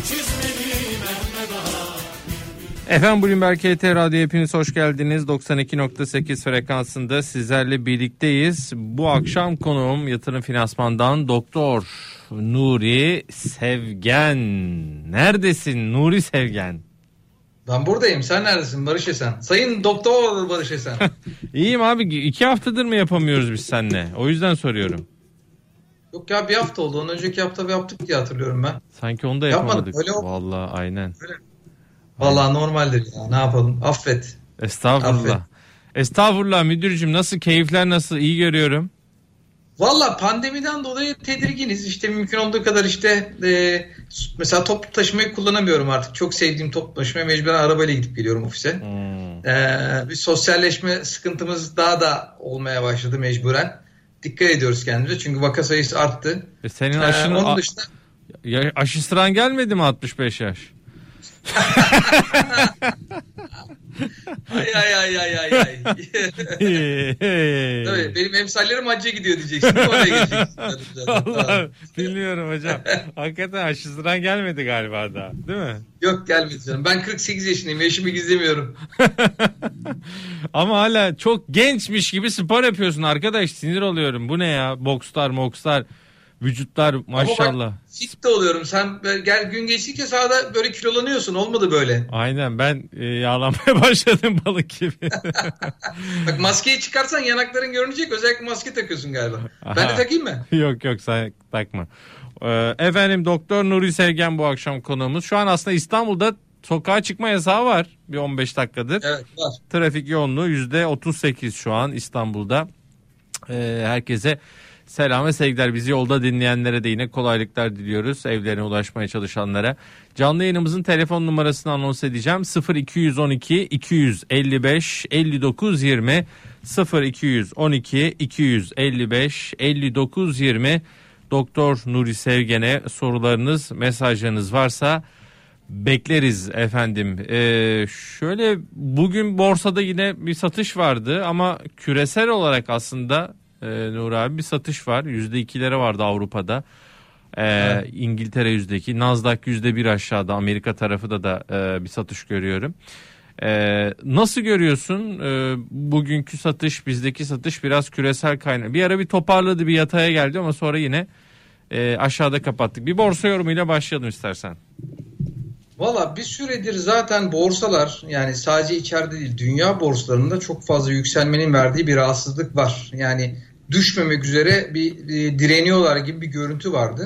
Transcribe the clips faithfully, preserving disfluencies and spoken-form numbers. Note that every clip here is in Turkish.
Efendim Bloomberg K T Radyo hepiniz hoş geldiniz. doksan iki nokta sekiz frekansında sizlerle birlikteyiz. Bu akşam konuğum yatırım finansmandan Doktor Nuri Sevgen. Neredesin Nuri Sevgen? Ben buradayım. Sen neredesin Barış Esen? Sayın Doktor Barış Esen. İyiyim abi. İki haftadır mı yapamıyoruz biz seninle? O yüzden soruyorum. Yok ya, bir hafta oldu. Ondan önceki hafta bir yaptık diye hatırlıyorum ben. Sanki onu da yapamadık. Yapmadım, öyle oldu. Vallahi aynen. Öyle. Vallahi normaldir ya. Ne yapalım? Affet. Estağfurullah. Affet. Estağfurullah müdürcüğüm, nasıl, keyifler nasıl? İyi görüyorum. Valla pandemiden dolayı tedirginiz. İşte mümkün olduğu kadar işte e, mesela toplu taşımayı kullanamıyorum artık. Çok sevdiğim toplu taşımaya mecburen arabayla gidip geliyorum ofise. Hmm. E, bir sosyalleşme sıkıntımız daha da olmaya başladı mecburen. Dikkat ediyoruz kendimize çünkü vaka sayısı arttı. E senin aşının, e, onun dışında... ya, aşı sıran gelmedi mi altmış beş yaş? ay ay ay ay ay ay. Tabii benim emsallerim hacca gidiyor diyeceksin. Oraya geleceksin. Allah, bilmiyorum hocam. Hakikaten aşı sıran gelmedi galiba daha, değil mi? Yok, gelmedi canım. Ben kırk sekiz yaşındayım. Yaşımı gizlemiyorum. Ama hala çok gençmiş gibi spor yapıyorsun arkadaş. Sinir oluyorum. Bu ne ya? Bokslar, mokslar. Vücutlar maşallah. Fit de oluyorum. Sen gel gün geçtikçe sahada böyle kilolanıyorsun. Olmadı böyle. Aynen, ben e, yağlanmaya başladım balık gibi. Bak, maskeyi çıkarsan yanakların görünecek. Özellikle maske takıyorsun galiba. Aha. Ben de takayım mı? Yok yok, sen takma. Ee, efendim Doktor Nuri Sevgen bu akşam konuğumuz. Şu an aslında İstanbul'da sokağa çıkma yasağı var. Bir on beş dakikadır. Evet, var. Trafik yoğunluğu yüzde otuz sekiz şu an İstanbul'da. Ee, herkese selam ve sevgiler. Bizi yolda dinleyenlere de yine kolaylıklar diliyoruz. Evlerine ulaşmaya çalışanlara. Canlı yayınımızın telefon numarasını anons edeceğim. sıfır iki on iki iki elli beş elli dokuz yirmi sıfır iki on iki iki elli beş elli dokuz yirmi. Doktor Nuri Sevgen'e sorularınız, mesajlarınız varsa bekleriz efendim. Ee, şöyle bugün borsada yine bir satış vardı ama küresel olarak aslında Ee, Nur abi bir satış var. yüzde ikilere vardı Avrupa'da. Ee, evet. İngiltere yüzde iki. Nasdaq yüzde bir aşağıda. Amerika tarafı da da e, bir satış görüyorum. Ee, nasıl görüyorsun? Ee, bugünkü satış, bizdeki satış biraz küresel kaynağı. Bir ara bir toparladı, bir yataya geldi ama sonra yine e, aşağıda kapattık. Bir borsa yorumuyla başlayalım istersen. Valla bir süredir zaten borsalar, yani sadece içeride değil dünya borsalarında çok fazla yükselmenin verdiği bir rahatsızlık var. Yani düşmemek üzere bir e, direniyorlar gibi bir görüntü vardı.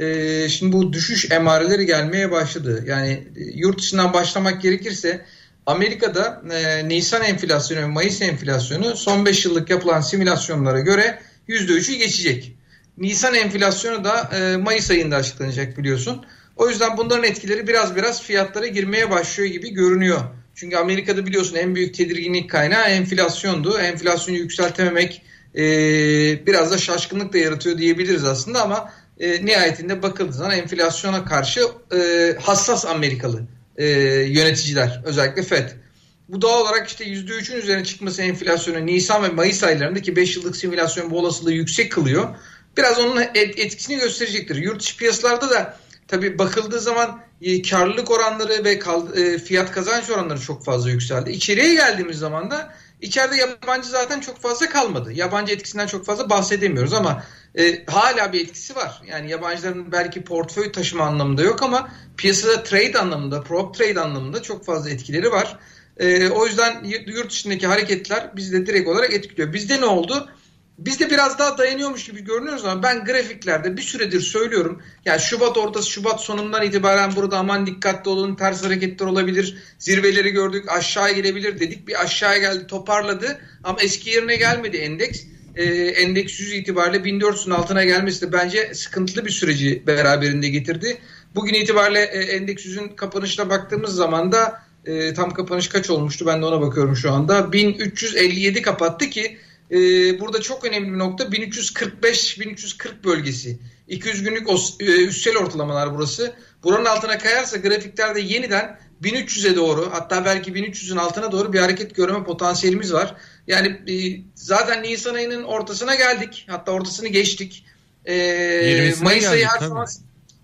E, şimdi bu düşüş emareleri gelmeye başladı. Yani e, yurt dışından başlamak gerekirse Amerika'da e, Nisan enflasyonu ve Mayıs enflasyonu son beş yıllık yapılan simülasyonlara göre yüzde üçü geçecek. Nisan enflasyonu da e, Mayıs ayında açıklanacak biliyorsun. O yüzden bunların etkileri biraz biraz fiyatlara girmeye başlıyor gibi görünüyor. Çünkü Amerika'da biliyorsun en büyük tedirginlik kaynağı enflasyondu. Enflasyonu yükseltememek e, biraz da şaşkınlık da yaratıyor diyebiliriz aslında ama e, nihayetinde bakıldığı zaman enflasyona karşı e, hassas Amerikalı e, yöneticiler, özellikle Fed. Bu doğal olarak işte yüzde üçün üzerine çıkması enflasyonu Nisan ve Mayıs aylarındaki beş yıllık simülasyon bu olasılığı yüksek kılıyor. Biraz onun etkisini gösterecektir. Yurt dışı piyasalarda da tabii bakıldığı zaman e, karlılık oranları ve kal, e, fiyat kazanç oranları çok fazla yükseldi. İçeriye geldiğimiz zaman da içeride yabancı zaten çok fazla kalmadı. Yabancı etkisinden çok fazla bahsedemiyoruz ama e, hala bir etkisi var. Yani yabancıların belki portföy taşıma anlamında yok ama piyasada trade anlamında, prop trade anlamında çok fazla etkileri var. E, o yüzden yurt dışındaki hareketler bizi de direkt olarak etkiliyor. Bizde ne oldu? Biz de biraz daha dayanıyormuş gibi görünüyoruz ama ben grafiklerde bir süredir söylüyorum. Yani Şubat ortası, Şubat sonundan itibaren burada aman dikkatli olun, ters hareketler olabilir. Zirveleri gördük, aşağı gelebilir dedik. Bir aşağı geldi, toparladı ama eski yerine gelmedi endeks. Ee, endeks yüz itibariyle bin dört yüzün altına gelmesi de bence sıkıntılı bir süreci beraberinde getirdi. Bugün itibariyle e, endeks yüzün kapanışına baktığımız zaman da e, tam kapanış kaç olmuştu ben de ona bakıyorum şu anda. bin üç yüz elli yedi kapattı ki Ee, burada çok önemli bir nokta bin üç yüz kırk beş bin üç yüz kırk bölgesi. iki yüz günlük os, e, üstsel ortalamalar burası. Buranın altına kayarsa grafiklerde yeniden bin üç yüze doğru, hatta belki bin üç yüzün altına doğru bir hareket görme potansiyelimiz var. Yani e, zaten Nisan ayının ortasına geldik. Hatta ortasını geçtik. E, Mayıs ayı her zaman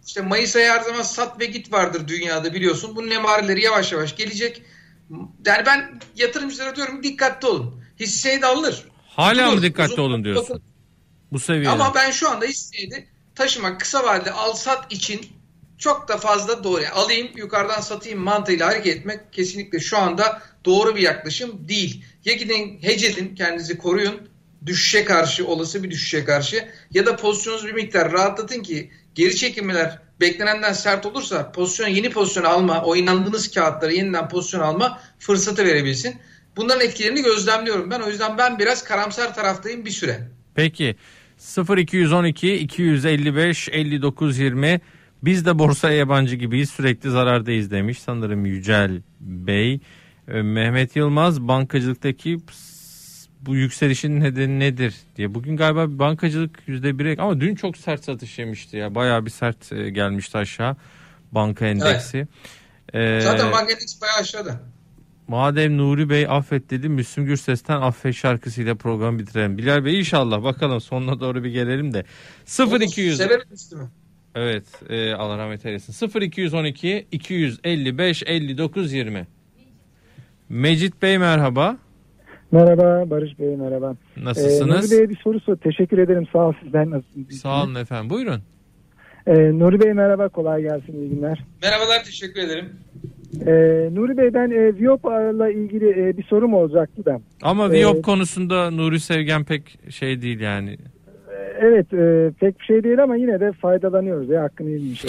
İşte Mayıs ayı her zaman sat ve git vardır dünyada biliyorsun. Bunun emareleri yavaş yavaş gelecek. Yani ben yatırımcılara diyorum dikkatli olun. Hisseye de alınır. Hala Tutulur. mı dikkatli Uzun, olun diyorsun? bakın. Bu seviyede. Ama ben şu anda hisseyi de taşımak kısa vadeli al sat için çok da fazla doğru. Yani alayım yukarıdan satayım mantığıyla hareket etmek kesinlikle şu anda doğru bir yaklaşım değil. Ya gidin hedge edin, kendinizi koruyun. Düşüşe karşı, olası bir düşüşe karşı ya da pozisyonunuzu bir miktar rahatlatın ki geri çekilmeler beklenenden sert olursa pozisyon yeni pozisyon alma, o inandığınız kağıtlara yeniden pozisyon alma fırsatı verebilsin. Bunların etkilerini gözlemliyorum ben. O yüzden ben biraz karamsar taraftayım bir süre. Peki sıfır iki on iki iki yüz elli beş elli dokuz yirmi biz de borsaya yabancı gibiyiz, sürekli zarardayız demiş sanırım Yücel Bey. Ee, Mehmet Yılmaz bankacılıktaki bu yükselişin nedeni nedir diye. Bugün galiba bankacılık yüzde bire ama dün çok sert satış yemişti ya. Bayağı bir sert gelmişti aşağı banka endeksi. Evet. Ee, Zaten banka endeksi bayağı aşağıda. Madem Nuri Bey affet dedi, Müslüm Gürses'ten affet şarkısıyla programı bitirelim. Bilal Bey inşallah bakalım sonuna doğru bir gelelim de. sıfır iki yüz Severim Müslüm'ü. Evet, e, Allah rahmet eylesin. sıfır iki on iki iki yüz elli beş elli dokuz yirmi. Mecit Bey merhaba. Merhaba Barış Bey, merhaba. Nasılsınız? Ee, Nuri Bey'e bir soru sor. Teşekkür ederim, sağ ol, sizden nasılsınız? Sağ olun efendim, buyurun. Ee, Nuri Bey merhaba, kolay gelsin, iyi günler. Merhabalar, teşekkür ederim. Ee, Nuri Bey, ben e, Viyop'la ilgili e, bir sorum olacaktı da. Ama Viyop ee, konusunda Nuri Sevgen pek şey değil yani. Evet, e, pek bir şey değil ama yine de faydalanıyoruz ya, hakkını yemiş.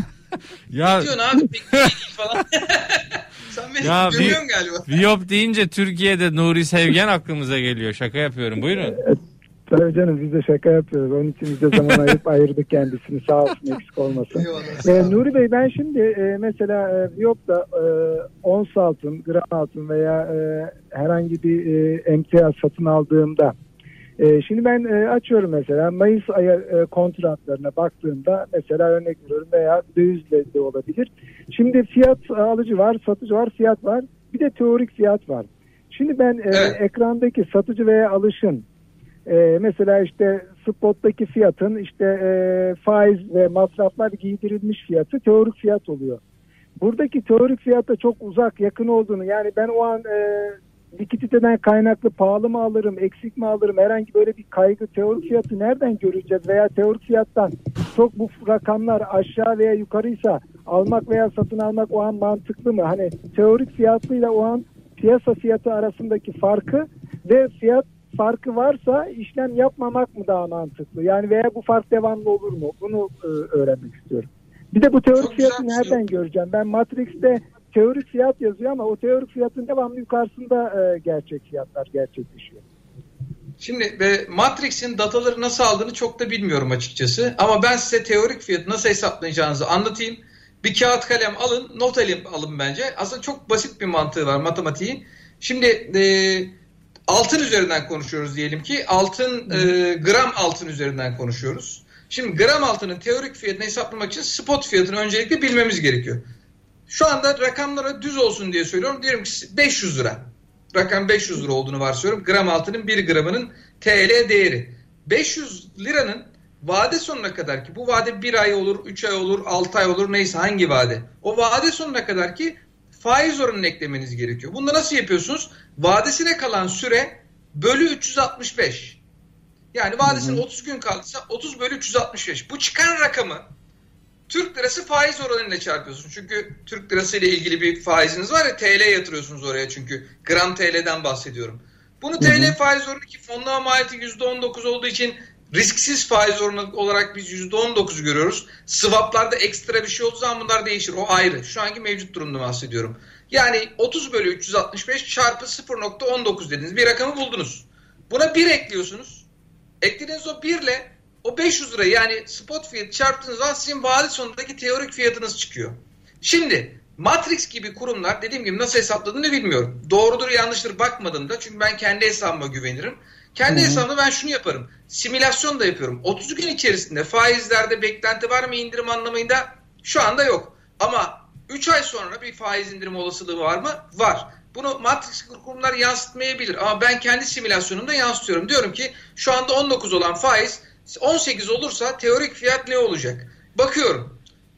Ya ne diyorsun abi, pek değil falan. Sen beni ya, görüyorsun galiba. Viyop deyince Türkiye'de Nuri Sevgen aklımıza geliyor. Şaka yapıyorum, buyurun. Tabii canım, biz de şaka yapıyoruz. Onun için biz de zaman ayırıp ayırdık kendisini. Sağ olsun, eksik olmasın. Ee, Nuri Bey, ben şimdi e, mesela e, Viyop'ta e, ons altın, gram altın veya e, herhangi bir e, emtia satın aldığımda e, şimdi ben e, açıyorum mesela Mayıs ayı e, kontratlarına baktığımda mesela örnek veriyorum veya dövizle de olabilir. Şimdi fiyat alıcı var, satıcı var, fiyat var. Bir de teorik fiyat var. Şimdi ben e, evet. ekrandaki satıcı veya alışın Ee, mesela işte spottaki fiyatın işte e, faiz ve masraflar giydirilmiş fiyatı teorik fiyat oluyor. Buradaki teorik fiyata çok uzak, yakın olduğunu, yani ben o an e, likiditeden kaynaklı pahalı mı alırım, eksik mi alırım, herhangi böyle bir kaygı, teorik fiyatı nereden göreceğiz veya teorik fiyattan çok bu rakamlar aşağı veya yukarıysa almak veya satın almak o an mantıklı mı? Hani teorik fiyatıyla o an piyasa fiyatı arasındaki farkı ve fiyat farkı varsa işlem yapmamak mı daha mantıklı? Yani veya bu fark devamlı olur mu? Bunu e, öğrenmek istiyorum. Bir de bu teorik Çok fiyatı nereden göreceğim? Ben Matrix'te teorik fiyat yazıyor ama o teorik fiyatın devamlı yukarısında e, gerçek fiyatlar gerçekleşiyor. Şimdi e, Matrix'in dataları nasıl aldığını çok da bilmiyorum açıkçası. Ama ben size teorik fiyatı nasıl hesaplayacağınızı anlatayım. Bir kağıt kalem alın, not alın, alın bence. Aslında çok basit bir mantığı var matematiğin. Şimdi e, altın üzerinden konuşuyoruz diyelim ki. Altın, e, gram altın üzerinden konuşuyoruz. Şimdi gram altının teorik fiyatını hesaplamak için spot fiyatını öncelikle bilmemiz gerekiyor. Şu anda rakamlara düz olsun diye söylüyorum. Diyelim ki beş yüz lira. Rakam beş yüz lira olduğunu varsayıyorum. Gram altının bir gramının T L değeri. beş yüz liranın vade sonuna kadar ki bu vade bir ay olur, üç ay olur, altı ay olur, neyse hangi vade. O vade sonuna kadar ki faiz oranını eklemeniz gerekiyor. Bunu da nasıl yapıyorsunuz? Vadesine kalan süre bölü üç yüz altmış beş. Yani vadesine otuz gün kaldıysa otuz bölü üç yüz altmış beş. Bu çıkan rakamı Türk lirası faiz oranıyla çarpıyorsunuz. Çünkü Türk lirası ile ilgili bir faiziniz var ya, T L yatırıyorsunuz oraya çünkü. Gram T L'den bahsediyorum. Bunu T L faiz oranı ki fonlama maliyeti yüzde on dokuz olduğu için risksiz faiz oranı olarak biz yüzde on dokuz görüyoruz. Swap'larda ekstra bir şey olduğu zaman bunlar değişir. O ayrı. Şu anki mevcut durumda bahsediyorum. Yani otuz bölü üç yüz altmış beş çarpı sıfır nokta on dokuz dediğiniz bir rakamı buldunuz. Buna bir ekliyorsunuz. Eklediğiniz o bir ile o beş yüz lira yani spot fiyatı çarptığınız zaman sizin vade sonundaki teorik fiyatınız çıkıyor. Şimdi Matrix gibi kurumlar dediğim gibi nasıl hesapladığını bilmiyorum. Doğrudur yanlıştır bakmadım da çünkü ben kendi hesabıma güvenirim. Kendi Hı-hı. hesabımda ben şunu yaparım. Simülasyon da yapıyorum. otuz gün içerisinde faizlerde beklenti var mı indirim anlamında? Şu anda yok. Ama üç ay sonra bir faiz indirim olasılığı var mı? Var. Bunu Matrix kurumlar yansıtmayabilir. Ama ben kendi simülasyonumda yansıtıyorum. Diyorum ki şu anda on dokuz olan faiz on sekiz olursa teorik fiyat ne olacak? Bakıyorum.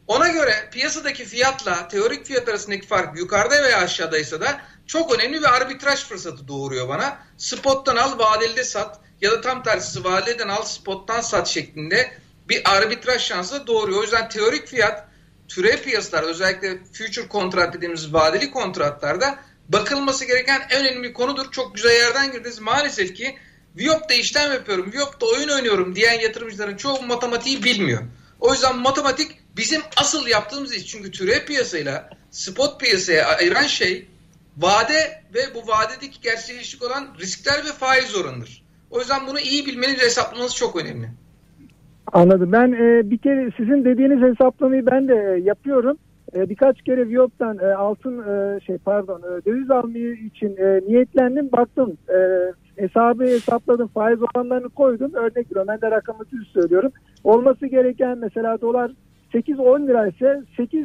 Ona göre piyasadaki fiyatla teorik fiyat arasındaki fark yukarıda veya aşağıdaysa da çok önemli bir arbitraj fırsatı doğuruyor bana. Spot'tan al, vadelide sat ya da tam tersi vadeliden al, spot'tan sat şeklinde bir arbitraj şansı doğuruyor. O yüzden teorik fiyat türev piyasalar, özellikle future kontrat dediğimiz vadeli kontratlarda bakılması gereken en önemli konudur. Çok güzel yerden girdiniz. Maalesef ki Viyop'ta işlem yapıyorum, Viyop'ta oyun oynuyorum diyen yatırımcıların çoğu matematiği bilmiyor. O yüzden matematik bizim asıl yaptığımız iş. Çünkü türev piyasayla spot piyasaya ayıran şey vade ve bu vadedeki gerçekleşik olan riskler ve faiz oranıdır. O yüzden bunu iyi bilmeniz ve hesaplamanız çok önemli. Anladım. Ben e, bir kere sizin dediğiniz hesaplamayı ben de e, yapıyorum. E, birkaç kere Viyop'tan e, altın e, şey pardon e, döviz almayı için e, niyetlendim. Baktım e, hesabı hesapladım. Faiz oranlarını koydum. Örnek veriyorum. Ben de rakamı düz söylüyorum. Olması gereken mesela dolar sekiz on lira ise sekiz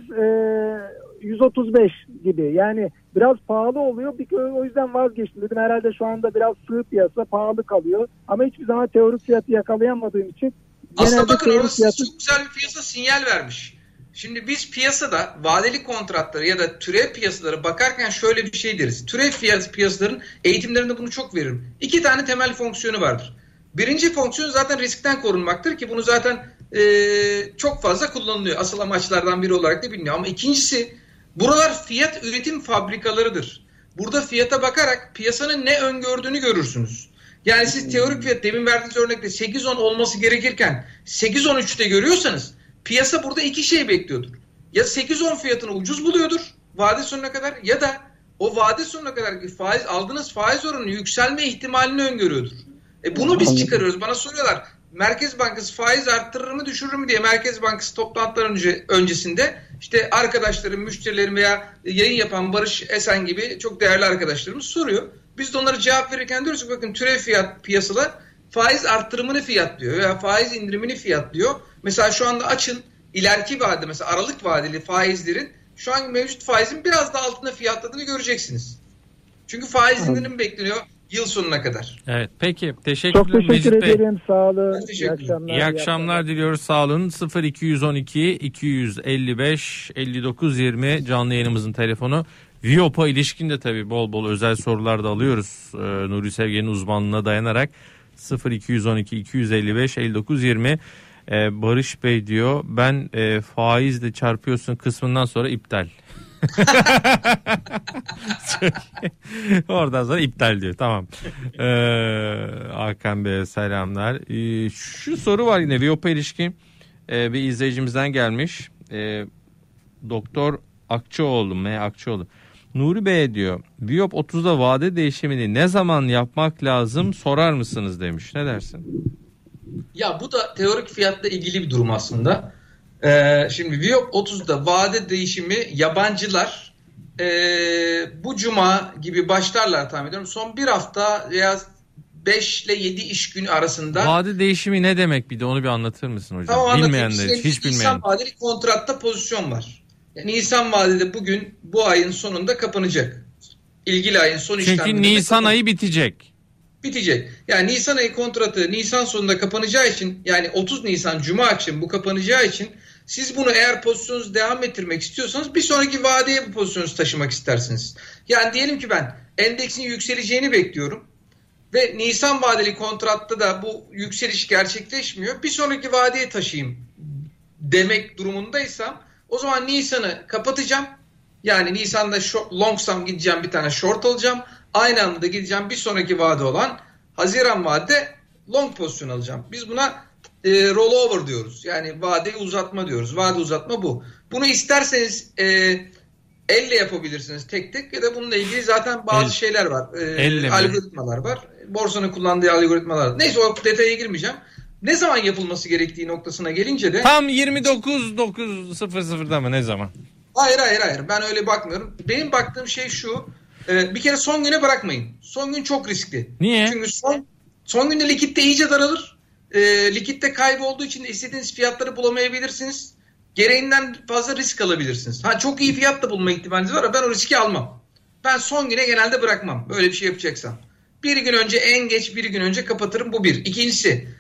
yüz otuz beş gibi. Yani biraz pahalı oluyor. Bir, o yüzden vazgeçtim. Dedim herhalde şu anda biraz sığ piyasa, pahalı kalıyor. Ama hiçbir zaman teorik fiyatı yakalayamadığım için aslında bakın orası fiyatı... çok güzel bir piyasa sinyal vermiş. Şimdi biz piyasada vadeli kontratları ya da türev piyasalara bakarken şöyle bir şey deriz. Türev fiyat piyasaların eğitimlerinde bunu çok veririm. İki tane temel fonksiyonu vardır. Birinci fonksiyon zaten riskten korunmaktır ki bunu zaten e, çok fazla kullanılıyor. Asıl amaçlardan biri olarak da biliniyor. Ama ikincisi buralar fiyat üretim fabrikalarıdır. Burada fiyata bakarak piyasanın ne öngördüğünü görürsünüz. Yani siz teorik fiyat demin verdiğiniz örnekte sekiz on olması gerekirken sekiz on üçte görüyorsanız piyasa burada iki şey bekliyordur. Ya sekiz on fiyatını ucuz buluyordur vade sonuna kadar ya da o vade sonuna kadar faiz aldığınız faiz oranı yükselme ihtimalini öngörüyordur. E bunu biz çıkarıyoruz. Bana soruyorlar. Merkez Bankası faiz arttırır mı düşürür mü diye Merkez Bankası toplantılar önce, öncesinde işte arkadaşlarım, müşterilerim veya yayın yapan Barış Esen gibi çok değerli arkadaşlarımız soruyor. Biz de onlara cevap verirken diyoruz ki bakın türev fiyat piyasalar faiz arttırımını fiyatlıyor veya faiz indirimini fiyatlıyor. Mesela şu anda açın ileriki vade mesela aralık vadeli faizlerin şu an mevcut faizin biraz daha altında fiyatladığını göreceksiniz. Çünkü faiz indirim bekleniyor yıl sonuna kadar. Evet, peki teşekkürler. Çok teşekkür Mecit Bey. ederim. Sağ olun. İyi akşamlar. İyi akşamlar diliyoruz. Sağ olun. sıfır iki yüz on iki iki yüz elli beş elli dokuz yirmi canlı yayınımızın telefonu. Viyop'a ilişkin de tabii bol bol özel sorular da alıyoruz. Ee, Nuri Sevgen'in uzmanlığına dayanarak sıfır iki yüz on iki iki yüz elli beş elli dokuz yirmi. Ee, Barış Bey diyor ben e, faizle çarpıyorsun kısmından sonra iptal. Oradan sonra iptal diyor. Tamam. Ee, Hakan Bey'e selamlar. Ee, şu soru var yine Viyop'a ilişkin ee, bir izleyicimizden gelmiş. Ee, Doktor Akçıoğlu M. Akçıoğlu. Nuri Bey diyor Viyop otuzda vade değişimini ne zaman yapmak lazım sorar mısınız demiş. Ne dersin? Ya bu da teorik fiyatla ilgili bir durum aslında. Ee, şimdi Viyop otuzda vade değişimi yabancılar e, bu cuma gibi başlarlar tahmin ediyorum. Son bir hafta veya beş ile yedi iş günü arasında. Vade değişimi ne demek bir de onu bir anlatır mısın hocam? Tamam, bilmeyenler hiç, hiç bilmeyen. Nisan vadeli kontratta pozisyon var. Yani Nisan vadede bugün bu ayın sonunda kapanacak. İlgili ayın son işlemleri. Çünkü Nisan ayı bitecek. Bitecek. Yani Nisan ayı kontratı Nisan sonunda kapanacağı için yani otuz Nisan Cuma akşamı bu kapanacağı için siz bunu eğer pozisyonunuzu devam ettirmek istiyorsanız bir sonraki vadeye bu pozisyonunuzu taşımak istersiniz. Yani diyelim ki ben endeksin yükseleceğini bekliyorum ve Nisan vadeli kontratta da bu yükseliş gerçekleşmiyor. Bir sonraki vadeye taşıyayım demek durumundaysam o zaman Nisan'ı kapatacağım. Yani Nisan'da short, longsam gideceğim bir tane short alacağım. Aynı anda da gideceğim bir sonraki vade olan Haziran vadede long pozisyon alacağım. Biz buna e, rollover diyoruz. Yani vadeyi uzatma diyoruz. Vade uzatma bu. Bunu isterseniz e, elle yapabilirsiniz tek tek ya da bununla ilgili zaten bazı El, şeyler var. E, algoritmalar var. Borsanın kullandığı algoritmalar var. Neyse o detaya girmeyeceğim. Ne zaman yapılması gerektiği noktasına gelince de tam yirmi dokuz dokuz sıfır sıfırda mı ne zaman? Hayır hayır hayır ben öyle bakmıyorum. Benim baktığım şey şu. Bir kere son güne bırakmayın. Son gün çok riskli. Niye? Çünkü son, son günde likitte iyice daralır. E, likitte kaybı olduğu için de istediğiniz fiyatları bulamayabilirsiniz. Gereğinden fazla risk alabilirsiniz. Ha çok iyi fiyat da bulma ihtimaliniz var ama ben o riski almam. Ben son güne genelde bırakmam. Böyle bir şey yapacaksam. Bir gün önce en geç bir gün önce kapatırım bu bir. İkincisi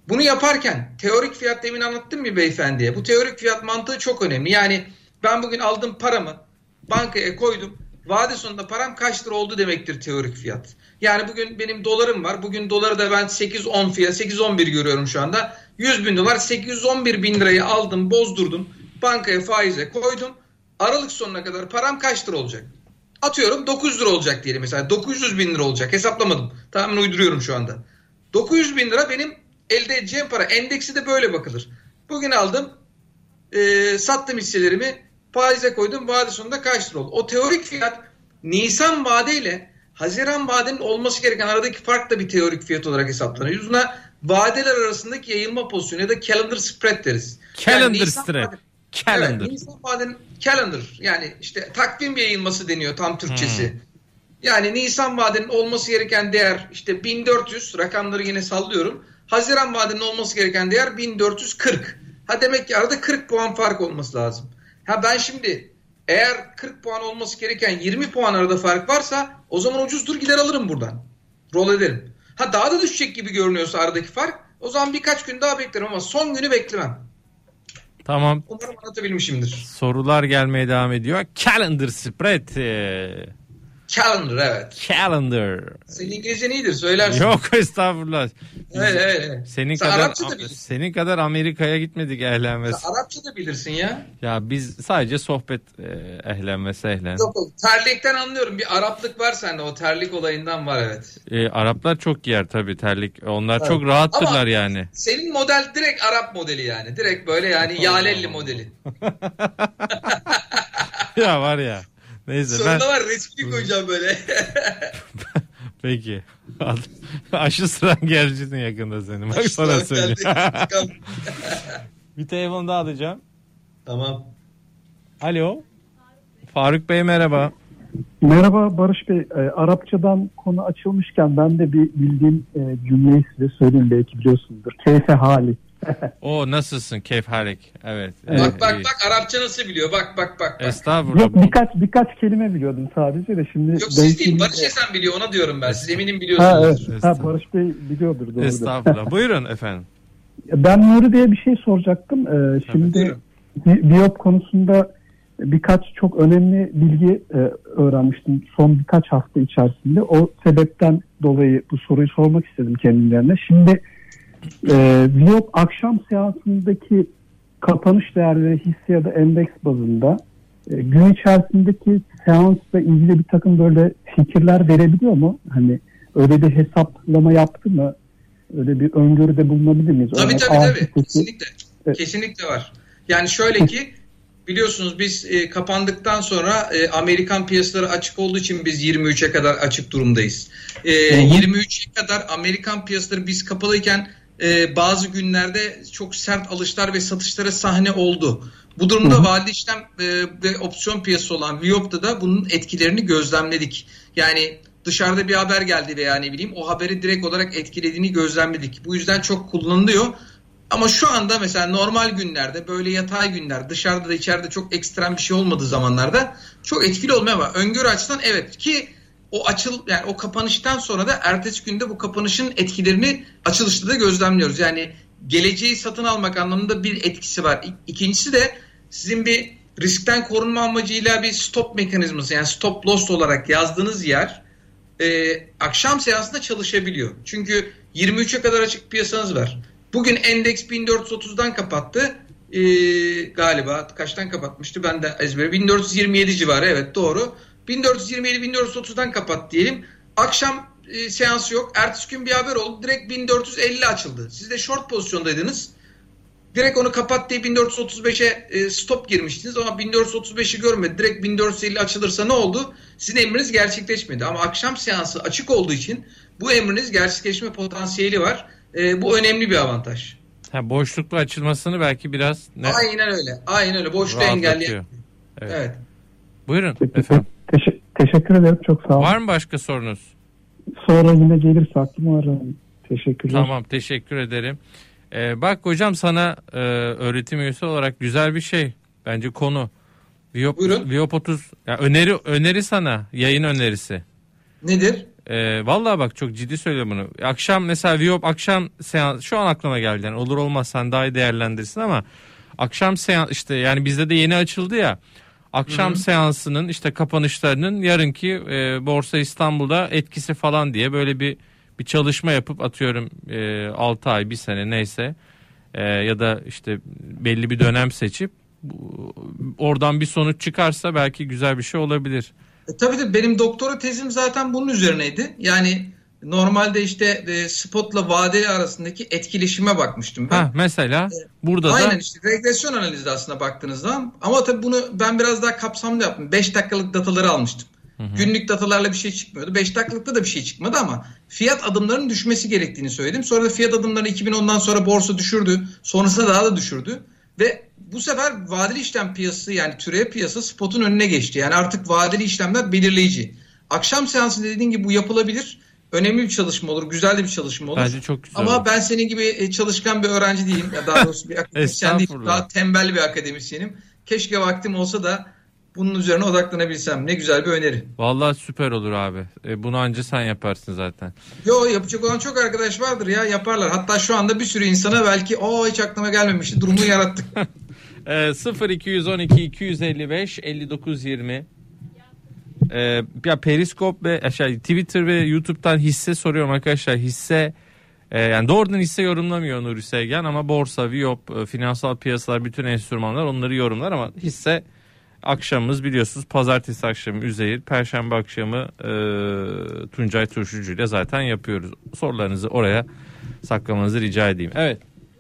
Bunu yaparken teorik fiyat demin anlattım mı beyefendiye? Bu teorik fiyat mantığı çok önemli. Yani ben bugün aldım paramı bankaya koydum. Vade sonunda param kaç lira oldu demektir teorik fiyat. Yani bugün benim dolarım var. Bugün doları da ben sekiz on fiyat sekiz on bir görüyorum şu anda. yüz bin dolar sekiz yüz on bir bin lirayı aldım, bozdurdum. Bankaya faize koydum. Aralık sonuna kadar param kaç lira olacak? Atıyorum dokuz yüz lira olacak diyelim mesela. dokuz yüz bin lira olacak. Hesaplamadım. Tamamen uyduruyorum şu anda. dokuz yüz bin lira benim elde edeceğim para. Endeksi de böyle bakılır. Bugün aldım, e, sattım hisselerimi, faize koydum. Vade sonunda kaç lira oldu? O teorik fiyat Nisan vadeyle Haziran vadenin olması gereken aradaki fark da bir teorik fiyat olarak hesaplanıyor. Buna vadeler arasındaki yayılma pozisyonu ya da calendar spread deriz. Calendar yani spread. Vade, calendar. Evet, Nisan vadenin calendar yani işte takvim yayılması deniyor tam Türkçesi. Hmm. Yani Nisan vadenin olması gereken değer işte bin dört yüz, rakamları yine sallıyorum. Haziran vadenin olması gereken değer bin dört yüz kırk. Ha demek ki arada kırk puan fark olması lazım. Ha ben şimdi eğer kırk puan olması gereken yirmi puan arada fark varsa o zaman ucuzdur gider alırım buradan. Rol ederim. Ha daha da düşecek gibi görünüyorsa aradaki fark, o zaman birkaç gün daha beklerim ama son günü beklemem. Tamam. Umarım anlatabilmişimdir. Sorular gelmeye devam ediyor. Calendar spread. Calendar, evet. Calendar. Senin İngilizcen iyidir, söylersin. Yok estağfurullah. Evet, evet, evet. Senin Sen kadar Arapça da bilirsin. senin kadar Amerika'ya gitmedik ehlenmesi. Sen Arapça da bilirsin ya. Ya biz sadece sohbet e, ehlenmesi ehlen. Yok, terlikten anlıyorum. Bir Araplık var sende, o terlik olayından var, evet. E, Araplar çok giyer tabii terlik. Onlar evet. çok rahattırlar ama yani. Senin model direkt Arap modeli yani. Direkt böyle yani Yalelli modeli. Ya var ya. Neyse Sonunda ben... var, resmini koyacağım böyle. Peki. Aşı sıran geleceksin yakında senin. Bak sana söyleyeyim. Bir telefon daha alacağım. Tamam. Alo. Faruk Bey merhaba. Merhaba Barış Bey. E, Arapçadan konu açılmışken ben de bir bildiğim e, cümleyi size söyleyeyim, belki biliyorsunuzdur. Keyfe hali. O nasılsın? Keyf halik. Evet. Bak evet, bak iyi. bak Arapça nasıl biliyor? Bak bak bak. bak. Estağfurullah. Yok, birkaç birkaç kelime biliyordum sadece de şimdi. Yok siz değil, Barış Esen biliyor, ona diyorum ben. Siz eminim biliyorsunuz. Ha, evet. ha, Barış Bey biliyordur, doğru. Estağfurullah. Buyurun efendim. Ben Nuri Bey'e bir şey soracaktım. Ee, şimdi biyop konusunda birkaç çok önemli bilgi e, öğrenmiştim son birkaç hafta içerisinde. O sebepten dolayı bu soruyu sormak istedim kendilerine. Şimdi e, biyop akşam seansındaki kapanış değerleri hisse ya da endeks bazında e, gün içerisindeki seansla ilgili bir takım böyle fikirler verebiliyor mu? Hani öyle bir hesaplama yaptı mı? Öyle bir öngörüde bulunabilir miyiz? Tabii Örnek tabii tabii. sesi... Kesinlikle. Evet. Kesinlikle var. Yani şöyle ki biliyorsunuz biz e, kapandıktan sonra e, Amerikan piyasaları açık olduğu için biz yirmi üçe kadar açık durumdayız. E, yirmi üçe kadar Amerikan piyasaları biz kapalıyken e, bazı günlerde çok sert alışlar ve satışlara sahne oldu. Bu durumda Hı-hı. vadeli işlem e, ve opsiyon piyasası olan Viyop'ta da bunun etkilerini gözlemledik. Yani dışarıda bir haber geldi veya ne bileyim o haberi direkt olarak etkilediğini gözlemledik. Bu yüzden çok kullanılıyor. Ama şu anda mesela normal günlerde, böyle yatay günler, dışarıda da içeride çok ekstrem bir şey olmadığı zamanlarda çok etkili olmuyor ama öngörü açısından evet ki o açıl yani o kapanıştan sonra da ertesi günde bu kapanışın etkilerini açılışta da gözlemliyoruz. Yani geleceği satın almak anlamında bir etkisi var. İkincisi de sizin bir riskten korunma amacıyla bir stop mekanizması, yani stop loss olarak yazdığınız yer e, akşam seansında çalışabiliyor. Çünkü yirmi üçe kadar açık piyasanız var. Bugün endeks bin dört yüz otuzdan kapattı. Ee, galiba kaçtan kapatmıştı? Ben de ezbere. bin dört yüz yirmi yedi civarı, evet doğru. bin dört yüz yirmi yedi bin dört yüz otuzdan kapat diyelim. Akşam e, seansı yok. Ertesi gün bir haber oldu. Direkt bin dört yüz elli açıldı. Siz de short pozisyondaydınız. Direkt onu kapat diye bin dört yüz otuz beşe e, stop girmiştiniz ama bin dört yüz otuz beşi görmedi. Direkt bin dört yüz elli açılırsa ne oldu? Sizin emriniz gerçekleşmedi. Ama akşam seansı açık olduğu için bu emriniz gerçekleşme potansiyeli var. E, bu önemli bir avantaj. Ha, boşluklu açılmasını belki biraz... Ne? Aynen öyle. Aynen öyle. Boşluğu engelleyen. Evet. evet. Buyurun Peki, efendim. Teşekkür, teşekkür ederim. Çok sağ olun. Var mı başka sorunuz? Sonra yine gelirse aklıma ararım. Teşekkürler. Tamam, teşekkür ederim. Ee, bak hocam sana e, öğretim üyesi olarak güzel bir şey. Bence konu. Viyop, Buyurun. Viyop otuz. Ya öneri, öneri sana. Yayın önerisi. Nedir? Ee, vallahi bak çok ciddi söylüyorum bunu. Akşam mesela Viyop akşam seans şu an aklıma geldi. Yani olur olmaz sen daha iyi değerlendirsin ama akşam seans işte yani bizde de yeni açıldı ya. Akşam Hı-hı. seansının işte kapanışlarının yarınki e, Borsa İstanbul'da etkisi falan diye böyle bir bir çalışma yapıp atıyorum e, altı ay bir sene neyse e, ya da işte belli bir dönem seçip bu, oradan bir sonuç çıkarsa belki güzel bir şey olabilir. E, tabii de benim doktora tezim zaten bunun üzerineydi. Yani normalde işte e, spotla vadeli arasındaki etkileşime bakmıştım ben. Ha, mesela e, burada aynen da. Aynen işte regresyon analizi aslında baktığınızda. Ama tabii bunu ben biraz daha kapsamlı yaptım. beş dakikalık dataları almıştım. Hı hı. Günlük datalarla bir şey çıkmıyordu. beş dakikalıkta da bir şey çıkmadı ama fiyat adımlarının düşmesi gerektiğini söyledim. Sonra da fiyat adımlarını iki bin ondan sonra borsa düşürdü. Sonrasında daha da düşürdü. Ve bu sefer vadeli işlem piyasası yani türev piyasası spotun önüne geçti. Yani artık vadeli işlemler belirleyici. Akşam seansı dediğin gibi bu yapılabilir. Önemli bir çalışma olur. Güzel de bir çalışma olur. Bence çok güzel. Ama olur. ben senin gibi çalışkan bir öğrenci değilim. Ya daha doğrusu bir akademisyen değilim. Daha tembel bir akademisyenim. Keşke vaktim olsa da bunun üzerine odaklanabilsem. Ne güzel bir öneri. Vallahi süper olur abi. E, bunu anca sen yaparsın zaten. Yo yapacak olan çok arkadaş vardır ya yaparlar. Hatta şu anda bir sürü insana belki o hiç aklıma gelmemişti durumu yarattık. e, sıfır iki on iki iki yüz elli beş elli dokuz yirmi Ee, ya Periskop ve aşağı Twitter ve YouTube'dan hisse soruyorum arkadaşlar. Hisse e, yani doğrudan hisse yorumlamıyor Nuri Sevgen ama borsa, Viyop, e, finansal piyasalar bütün enstrümanlar onları yorumlar ama hisse akşamımız biliyorsunuz pazartesi akşamı Üzeyir, perşembe akşamı e, Tuncay Turşucu ile zaten yapıyoruz. Sorularınızı oraya saklamanızı rica edeyim. Evet.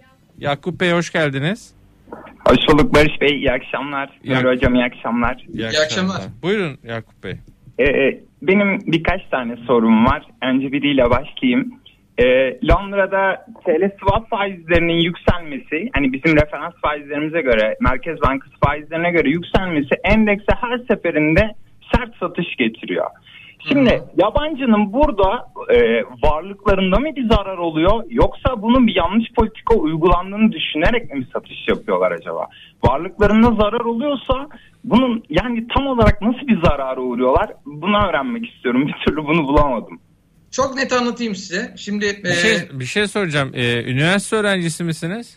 Yakup Bey hoş geldiniz. Hoş bulduk Barış Bey. İyi akşamlar. Nuri Hocam iyi akşamlar. İyi, iyi akşamlar. akşamlar. Buyurun Yakup Bey. Ee, benim birkaç tane sorum var. Önce biriyle başlayayım. Ee, Londra'da T L swap faizlerinin yükselmesi, hani bizim referans faizlerimize göre, Merkez Bankası faizlerine göre yükselmesi endekse her seferinde sert satış getiriyor. Şimdi Hı-hı. yabancının burada e, varlıklarında mı bir zarar oluyor yoksa bunun bir yanlış politika uygulandığını düşünerek mi satış yapıyorlar acaba? Varlıklarında zarar oluyorsa bunun yani tam olarak nasıl bir zarara uğruyorlar? Bunu öğrenmek istiyorum. Bir türlü bunu bulamadım. Çok net anlatayım size. Şimdi bir, e... şey, bir şey soracağım. Ee, üniversite öğrencisi misiniz?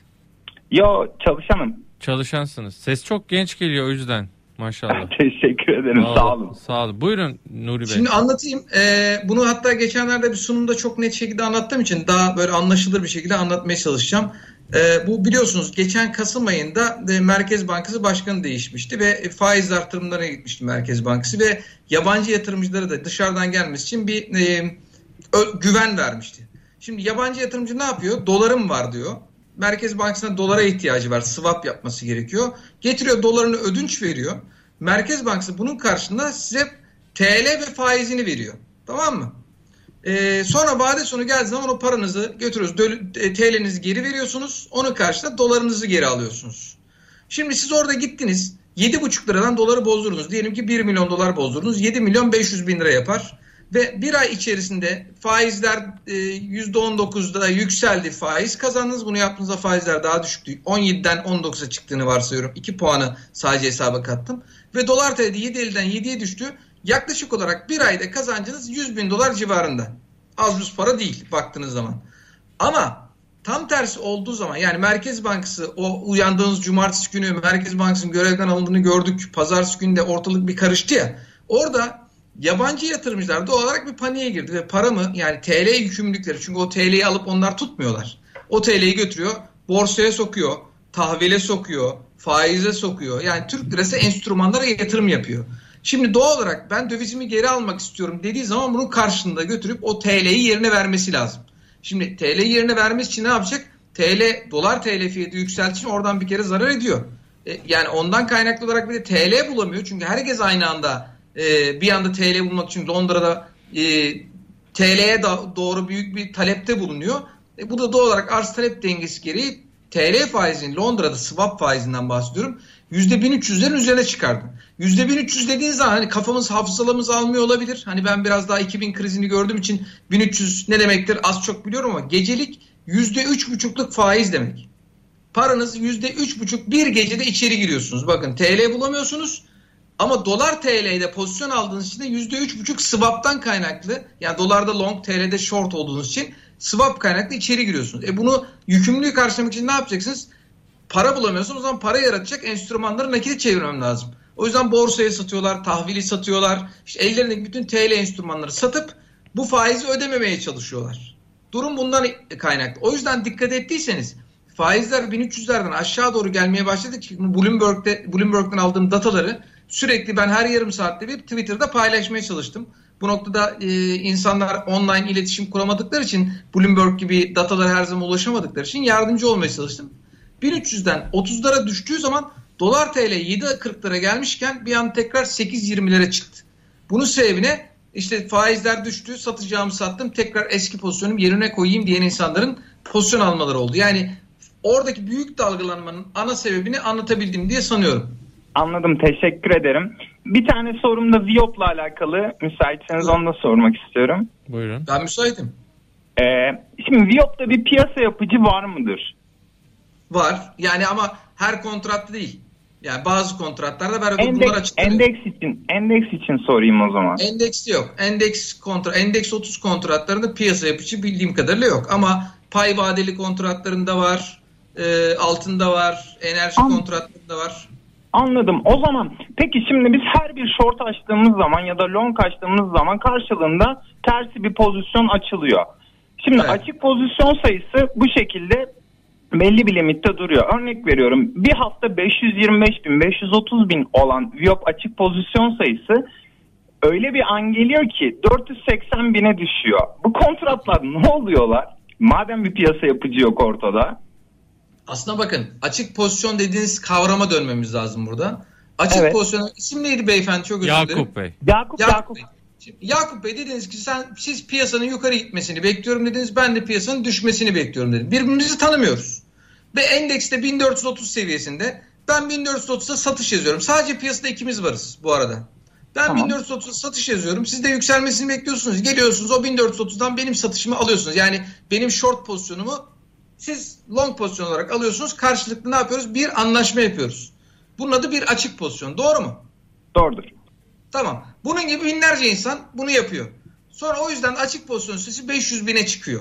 Yo çalışanım. Çalışansınız. Ses çok genç geliyor o yüzden. Maşallah. Teşekkür ederim. Sağ, sağ olun. Sağ olun. Buyurun Nuri Bey. Şimdi anlatayım. Ee, bunu hatta geçenlerde bir sunumda çok net şekilde anlattığım için daha böyle anlaşılır bir şekilde anlatmaya çalışacağım. Ee, bu biliyorsunuz geçen Kasım ayında e, Merkez Bankası Başkanı değişmişti ve e, faiz artırımlarına gitmişti Merkez Bankası ve yabancı yatırımcılara da dışarıdan gelmesi için bir e, ö, güven vermişti. Şimdi yabancı yatırımcı ne yapıyor? Dolarım var diyor. Merkez Bankası'na dolara ihtiyacı var. Swap yapması gerekiyor. Getiriyor dolarını ödünç veriyor. Merkez Bankası bunun karşılığında size T L ve faizini veriyor. Tamam mı? Ee, sonra vade sonu geldiği zaman o paranızı götürüyorsunuz. T L'nizi geri veriyorsunuz. Onun karşılığında dolarınızı geri alıyorsunuz. Şimdi siz orada gittiniz. yedi buçuk liradan doları bozdurdunuz. Diyelim ki bir milyon dolar bozdurdunuz. yedi milyon beş yüz bin lira yapar. Ve bir ay içerisinde faizler yüzde on dokuzda yükseldi, faiz kazandınız. Bunu yaptığınızda faizler daha düşüktü. on yediden on dokuza çıktığını varsayıyorum. iki puanı sadece hesaba kattım. Ve dolar T L'de yedi elli'den yediye düştü. Yaklaşık olarak bir ayda kazancınız yüz bin dolar civarında. Az buz para değil baktığınız zaman. Ama tam tersi olduğu zaman yani Merkez Bankası o uyandığınız cumartesi günü Merkez Bankası'nın görevden alındığını gördük. Pazartesi günü de ortalık bir karıştı ya. Orada yabancı yatırımcılar doğal olarak bir paniğe girdi ve paramı yani T L yükümlülükleri çünkü o T L'yi alıp onlar tutmuyorlar. O T L'yi götürüyor borsaya sokuyor, tahvile sokuyor, faize sokuyor. Yani Türk lirası enstrümanlara yatırım yapıyor. Şimdi doğal olarak ben dövizimi geri almak istiyorum dediği zaman bunun karşılığında götürüp o T L'yi yerine vermesi lazım. Şimdi T L'yi yerine vermesi için ne yapacak? T L, dolar T L fiyatı yükseltiği için oradan bir kere zarar ediyor. E, yani ondan kaynaklı olarak bir de T L bulamıyor. Çünkü herkes aynı anda e, bir anda T L bulmak için Londra'da e, T L'ye da, doğru büyük bir talepte bulunuyor. E, bu da doğal olarak arz talep dengesi gereği T L faizinin Londra'da swap faizinden bahsediyorum. yüzde bin üç yüzlerin üzerine çıkardı. yüzde bin üç yüz dediğin zaman hani kafamız hafızalamız almıyor olabilir. Hani ben biraz daha iki bin krizini gördüğüm için bin üç yüz ne demektir az çok biliyorum ama gecelik yüzde üç buçukluk faiz demek. Paranız yüzde üç buçuk bir gecede içeri giriyorsunuz. Bakın T L bulamıyorsunuz. Ama dolar T L'de pozisyon aldığınız için de yüzde üç buçuk swap'tan kaynaklı, yani dolarda long, T L'de short olduğunuz için swap kaynaklı içeri giriyorsunuz. E bunu yükümlülüğü karşılamak için ne yapacaksınız? Para bulamıyorsunuz, o zaman para yaratacak enstrümanları nakite çevirmem lazım. O yüzden borsaya satıyorlar, tahvili satıyorlar. İşte ellerindeki bütün T L enstrümanları satıp bu faizi ödememeye çalışıyorlar. Durum bundan kaynaklı. O yüzden dikkat ettiyseniz faizler bin üç yüzlerden aşağı doğru gelmeye başladı ki Bloomberg'de, Bloomberg'den aldığım dataları sürekli ben her yarım saatte bir Twitter'da paylaşmaya çalıştım. Bu noktada e, insanlar online iletişim kuramadıkları için, Bloomberg gibi datalara her zaman ulaşamadıkları için yardımcı olmaya çalıştım. bin üç yüzden otuzlara düştüğü zaman dolar T L yedi kırklara gelmişken bir an tekrar sekiz yirmilere çıktı. Bunun sebebine işte faizler düştü, satacağımı sattım, tekrar eski pozisyonumu yerine koyayım diyen insanların pozisyon almaları oldu. Yani oradaki büyük dalgalanmanın ana sebebini anlatabildim diye sanıyorum. Anladım, teşekkür ederim. Bir tane sorum da Viyop'la alakalı. Müsaitseniz onu da sormak istiyorum. Buyurun. Ben müsaitim. Ee, şimdi Viyop'ta bir piyasa yapıcı var mıdır? Var. Yani ama her kontratta değil. Yani bazı kontratlarda ben Endeks, bunlar açıklanıyor. endeks için, endeks için sorayım o zaman. Endeks yok. Endeks kontra, endeks otuz kontratlarında piyasa yapıcı bildiğim kadarıyla yok. Ama pay vadeli kontratlarında var, e, altında var, enerji An- kontratlarında var. Anladım. O zaman peki şimdi biz her bir short açtığımız zaman ya da long açtığımız zaman karşılığında tersi bir pozisyon açılıyor. Şimdi Evet. açık pozisyon sayısı bu şekilde belli bir limitte duruyor. Örnek veriyorum, bir hafta beş yüz yirmi beş bin, beş yüz otuz bin olan Viyop açık pozisyon sayısı öyle bir an geliyor ki dört yüz seksen bine düşüyor. Bu kontratlar ne oluyorlar? Madem bir piyasa yapıcı yok ortada. Aslına bakın, açık pozisyon dediğiniz kavrama dönmemiz lazım burada. Açık Evet. pozisyon, isim neydi beyefendi, çok özür dilerim. Yakup Bey. Yakup, Yakup, Yakup. Bey. Şimdi Yakup Bey dediniz ki sen, siz piyasanın yukarı gitmesini bekliyorum dediniz. Ben de piyasanın düşmesini bekliyorum dedim. Birbirimizi tanımıyoruz. Ve endekste bin dört yüz otuz seviyesinde, ben bin dört yüz otuza satış yazıyorum. Sadece piyasada ikimiz varız bu arada. Ben Tamam. bin dört yüz otuza satış yazıyorum. Siz de yükselmesini bekliyorsunuz. Geliyorsunuz o bin dört yüz otuzdan benim satışımı alıyorsunuz. Yani benim short pozisyonumu siz long pozisyon olarak alıyorsunuz. Karşılıklı ne yapıyoruz? Bir anlaşma yapıyoruz. Bunun adı bir açık pozisyon. Doğru mu? Doğrudur. Tamam. Bunun gibi binlerce insan bunu yapıyor. Sonra o yüzden açık pozisyon süresi beş yüz bine çıkıyor.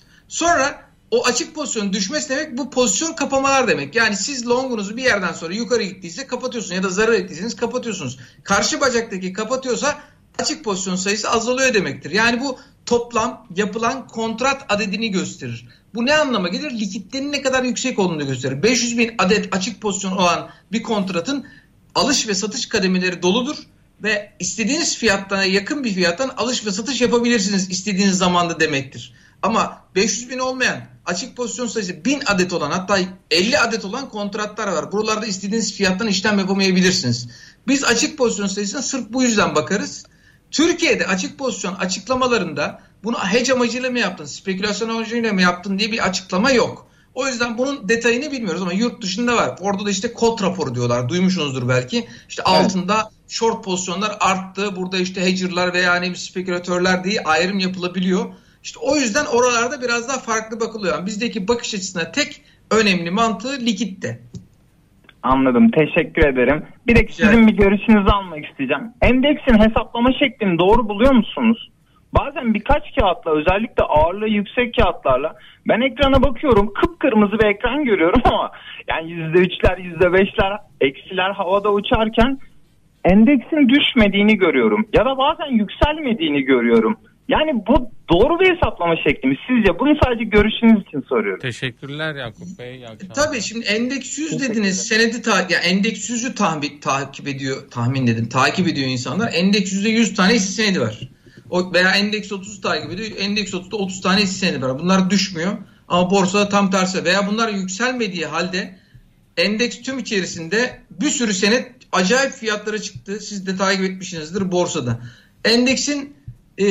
Sonra o açık pozisyonun düşmesi demek bu pozisyon kapamalar demek. Yani siz longunuzu bir yerden sonra yukarı gittiyse kapatıyorsunuz ya da zarar ettiyseniz kapatıyorsunuz. Karşı bacaktaki kapatıyorsa açık pozisyon sayısı azalıyor demektir. Yani bu toplam yapılan kontrat adedini gösterir. Bu ne anlama gelir? Likiditenin ne kadar yüksek olduğunu gösterir. beş yüz bin adet açık pozisyon olan bir kontratın alış ve satış kademeleri doludur ve istediğiniz fiyattan yakın bir fiyattan alış ve satış yapabilirsiniz istediğiniz zamanda demektir. Ama beş yüz bin olmayan, açık pozisyon sayısı bin adet olan, hatta elli adet olan kontratlar var. Buralarda istediğiniz fiyattan işlem yapamayabilirsiniz. Biz açık pozisyon sayısına sırf bu yüzden bakarız. Türkiye'de açık pozisyon açıklamalarında bunu hedge amacıyla mı yaptın, spekülasyon amacıyla mı yaptın diye bir açıklama yok. O yüzden bunun detayını bilmiyoruz ama yurt dışında var. Orada da işte kod raporu diyorlar. Duymuşsunuzdur belki. İşte evet. Altında short pozisyonlar arttı. Burada işte hedger'lar veya yani spekülatörler diye ayrım yapılabiliyor. İşte o yüzden oralarda biraz daha farklı bakılıyor. Yani bizdeki bakış açısına tek önemli mantığı likitte. Anladım. Teşekkür ederim. Bir de sizin evet. bir görüşünüzü almak isteyeceğim. Endeksin hesaplama şeklini doğru buluyor musunuz? Bazen birkaç kağıtla, özellikle ağırlığı yüksek kağıtlarla ben ekrana bakıyorum, kıpkırmızı bir ekran görüyorum ama yani yüzde üçler, yüzde beşler, eksiler havada uçarken endeksin düşmediğini görüyorum. Ya da bazen yükselmediğini görüyorum. Yani bu doğru bir hesaplama şekli mi sizce? Bunu sadece görüşünüz için soruyorum. Teşekkürler Yakup Bey. E, tabii şimdi endeks yüz dediniz, senedi ta- ya endeks yüzü tahmin, takip ediyor, tahmin dedim, takip ediyor insanlar. Endeks yüzde yüz tane hisse senedi var. O veya endeks otuz takip ediyor. Endeks otuzda otuz tane hisse senedi var. Bunlar düşmüyor ama borsada tam tersi. Veya bunlar yükselmediği halde endeks tüm içerisinde bir sürü senet acayip fiyatlara çıktı. Siz de takip etmişsinizdir borsada. Endeksin e,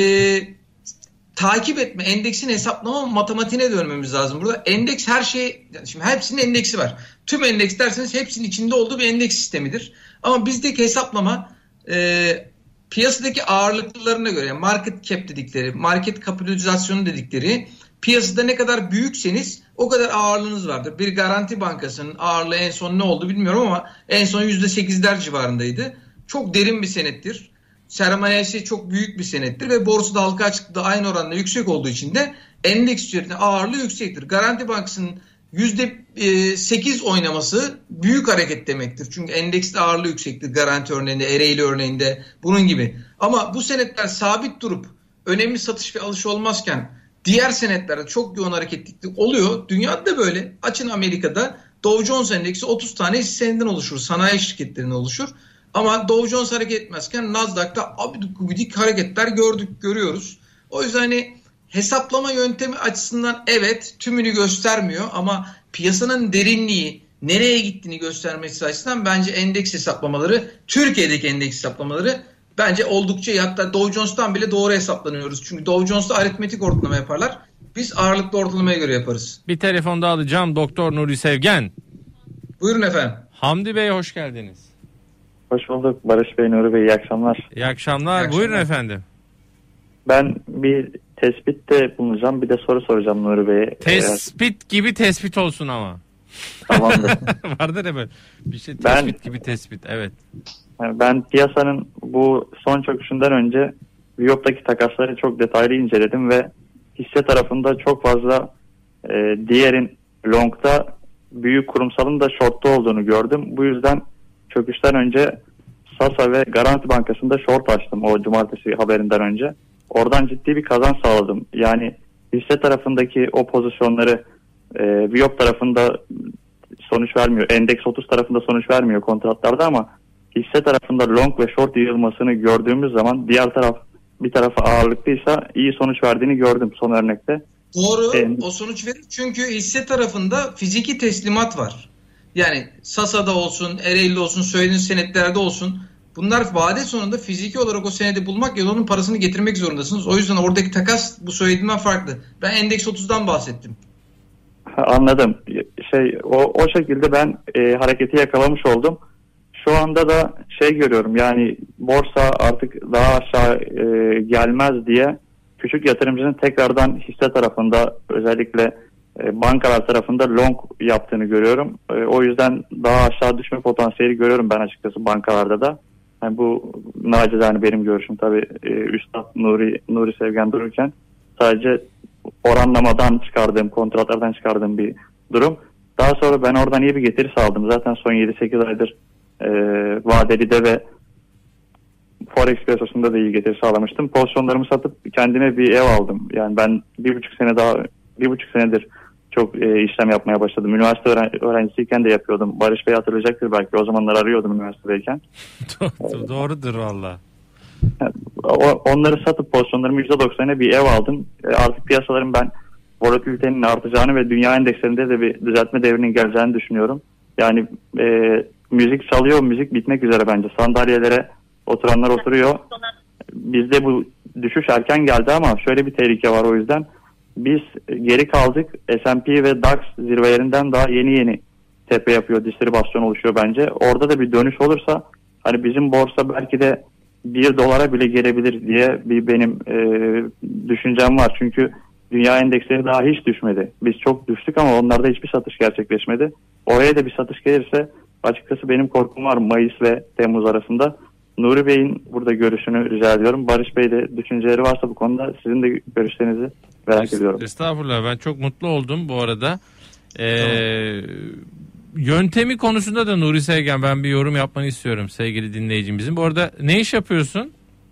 takip etme, endeksin hesaplama matematiğine dönmemiz lazım. Burada endeks her şey, şimdi hepsinin endeksi var. Tüm endeks derseniz hepsinin içinde olduğu bir endeks sistemidir. Ama bizdeki hesaplama e, piyasadaki ağırlıklarına göre, yani market cap dedikleri, market kapitalizasyonu dedikleri, piyasada ne kadar büyükseniz o kadar ağırlığınız vardır. Bir Garanti Bankası'nın ağırlığı en son ne oldu bilmiyorum ama en son yüzde sekizler civarındaydı. çok derin bir senettir. Sermayesi çok büyük bir senettir ve borsada halka açıklığı aynı oranda yüksek olduğu için de endeks üzerinde ağırlığı yüksektir. Garanti Bankası'nın yüzde sekiz oynaması büyük hareket demektir. Çünkü endekste ağırlığı yüksektir. Garanti örneğinde, Ereğli örneğinde bunun gibi. Ama bu senetler sabit durup önemli satış ve alış olmazken diğer senetlerde çok yoğun hareketlilik oluyor. Dünyada da böyle. Açın Amerika'da Dow Jones Endeksi otuz tane hisse senedinden oluşur. Sanayi şirketlerinden oluşur. Ama Dow Jones hareket etmezken Nasdaq'ta abidik gubidik hareketler gördük, görüyoruz. O yüzden hani hesaplama yöntemi açısından evet tümünü göstermiyor ama piyasanın derinliği nereye gittiğini göstermesi açısından bence endeks hesaplamaları, Türkiye'deki endeks hesaplamaları bence oldukça iyi. Hatta Dow Jones'tan bile doğru hesaplanıyoruz. Çünkü Dow Jones'ta aritmetik ortalama yaparlar. Biz ağırlıklı ortalamaya göre yaparız. Bir telefon daha alacağım. Doktor Nuri Sevgen. Buyurun efendim. Hamdi Bey hoş geldiniz. Hoş bulduk Barış Bey, Nuri Bey, iyi akşamlar. İyi akşamlar. İyi akşamlar. Buyurun efendim. Ben bir tespitte bulunacağım, bir de soru soracağım Nuri Bey'e. Tespit Eğer... gibi tespit olsun ama. Tamamdır. Vardır ya böyle bir şey tespit ben, gibi tespit, evet. Ben piyasanın bu son çöküşünden önce Viyop'taki takasları çok detaylı inceledim ve hisse tarafında çok fazla e, diğerin long'ta büyük kurumsalın da short'ta olduğunu gördüm. Bu yüzden çöküşten önce Sasa ve Garanti Bankası'nda short açtım o cumartesi haberinden önce. Oradan ciddi bir kazanç sağladım. Yani hisse tarafındaki o pozisyonları e, Viyop tarafında sonuç vermiyor. Endeks otuz tarafında sonuç vermiyor kontratlarda ama hisse tarafında long ve short yığılmasını gördüğümüz zaman diğer taraf bir tarafı ağırlıklıysa iyi sonuç verdiğini gördüm son örnekte. Doğru. Ee, o sonuç verir. Çünkü hisse tarafında fiziki teslimat var. Yani Sasa'da olsun, Ereğli'de olsun, söylediğiniz senetlerde olsun. Bunlar vade sonunda fiziki olarak o senedi bulmak ya da onun parasını getirmek zorundasınız. O yüzden oradaki takas bu söylediğimden farklı. Ben endeks otuzdan bahsettim. Anladım. Şey o, o şekilde ben e, hareketi yakalamış oldum. Şu anda da şey görüyorum, yani borsa artık daha aşağı e, gelmez diye küçük yatırımcının tekrardan hisse tarafında, özellikle e, bankalar tarafında long yaptığını görüyorum. E, o yüzden daha aşağı düşme potansiyeli görüyorum ben açıkçası bankalarda da. Yani bu nacizane benim görüşüm tabii, e, Üstad Nuri, Nuri Sevgen dururken sadece oranlamadan çıkardığım, kontratlardan çıkardığım bir durum. Daha sonra ben oradan iyi bir getiri sağladım. Zaten son yedi sekiz aydır e, vadeli'de ve Forex piyasasında da iyi getiri sağlamıştım. Pozisyonlarımı satıp kendime bir ev aldım. Yani ben bir buçuk sene daha, bir buçuk senedir çok e, işlem yapmaya başladım. Üniversite öğren- öğrencisiyken de yapıyordum. Barış Bey hatırlayacaktır belki. O zamanlar arıyordum üniversitedeyken. Doğrudur valla. Onları satıp pozisyonlarımı yüzde doksan'a bir ev aldım. E, artık piyasaların ben volatilitenin artacağını ve dünya endekslerinde de bir düzeltme devrinin geleceğini düşünüyorum. Yani e, müzik çalıyor, müzik bitmek üzere bence. Sandalyelere oturanlar oturuyor. Bizde bu düşüş erken geldi ama şöyle bir tehlike var o yüzden. Biz geri kaldık. S and P ve D A X zirvelerinden daha yeni yeni tepe yapıyor, distribüsyon oluşuyor bence. Orada da bir dönüş olursa hani bizim borsa belki de bir dolara bile gelebilir diye bir benim e, düşüncem var. Çünkü dünya endeksleri daha hiç düşmedi. Biz çok düştük ama onlarda hiçbir satış gerçekleşmedi. Oraya da bir satış gelirse açıkçası benim korkum var Mayıs ve Temmuz arasında. Nuri Bey'in burada görüşünü rica ediyorum. Barış Bey de düşünceleri varsa bu konuda sizin de görüşlerinizi merak Est- ediyorum. Estağfurullah, ben çok mutlu oldum bu arada. Ee, yöntemi konusunda da Nuri Sevgen, ben bir yorum yapmanı istiyorum sevgili dinleyicimizin. Bu arada ne iş yapıyorsun?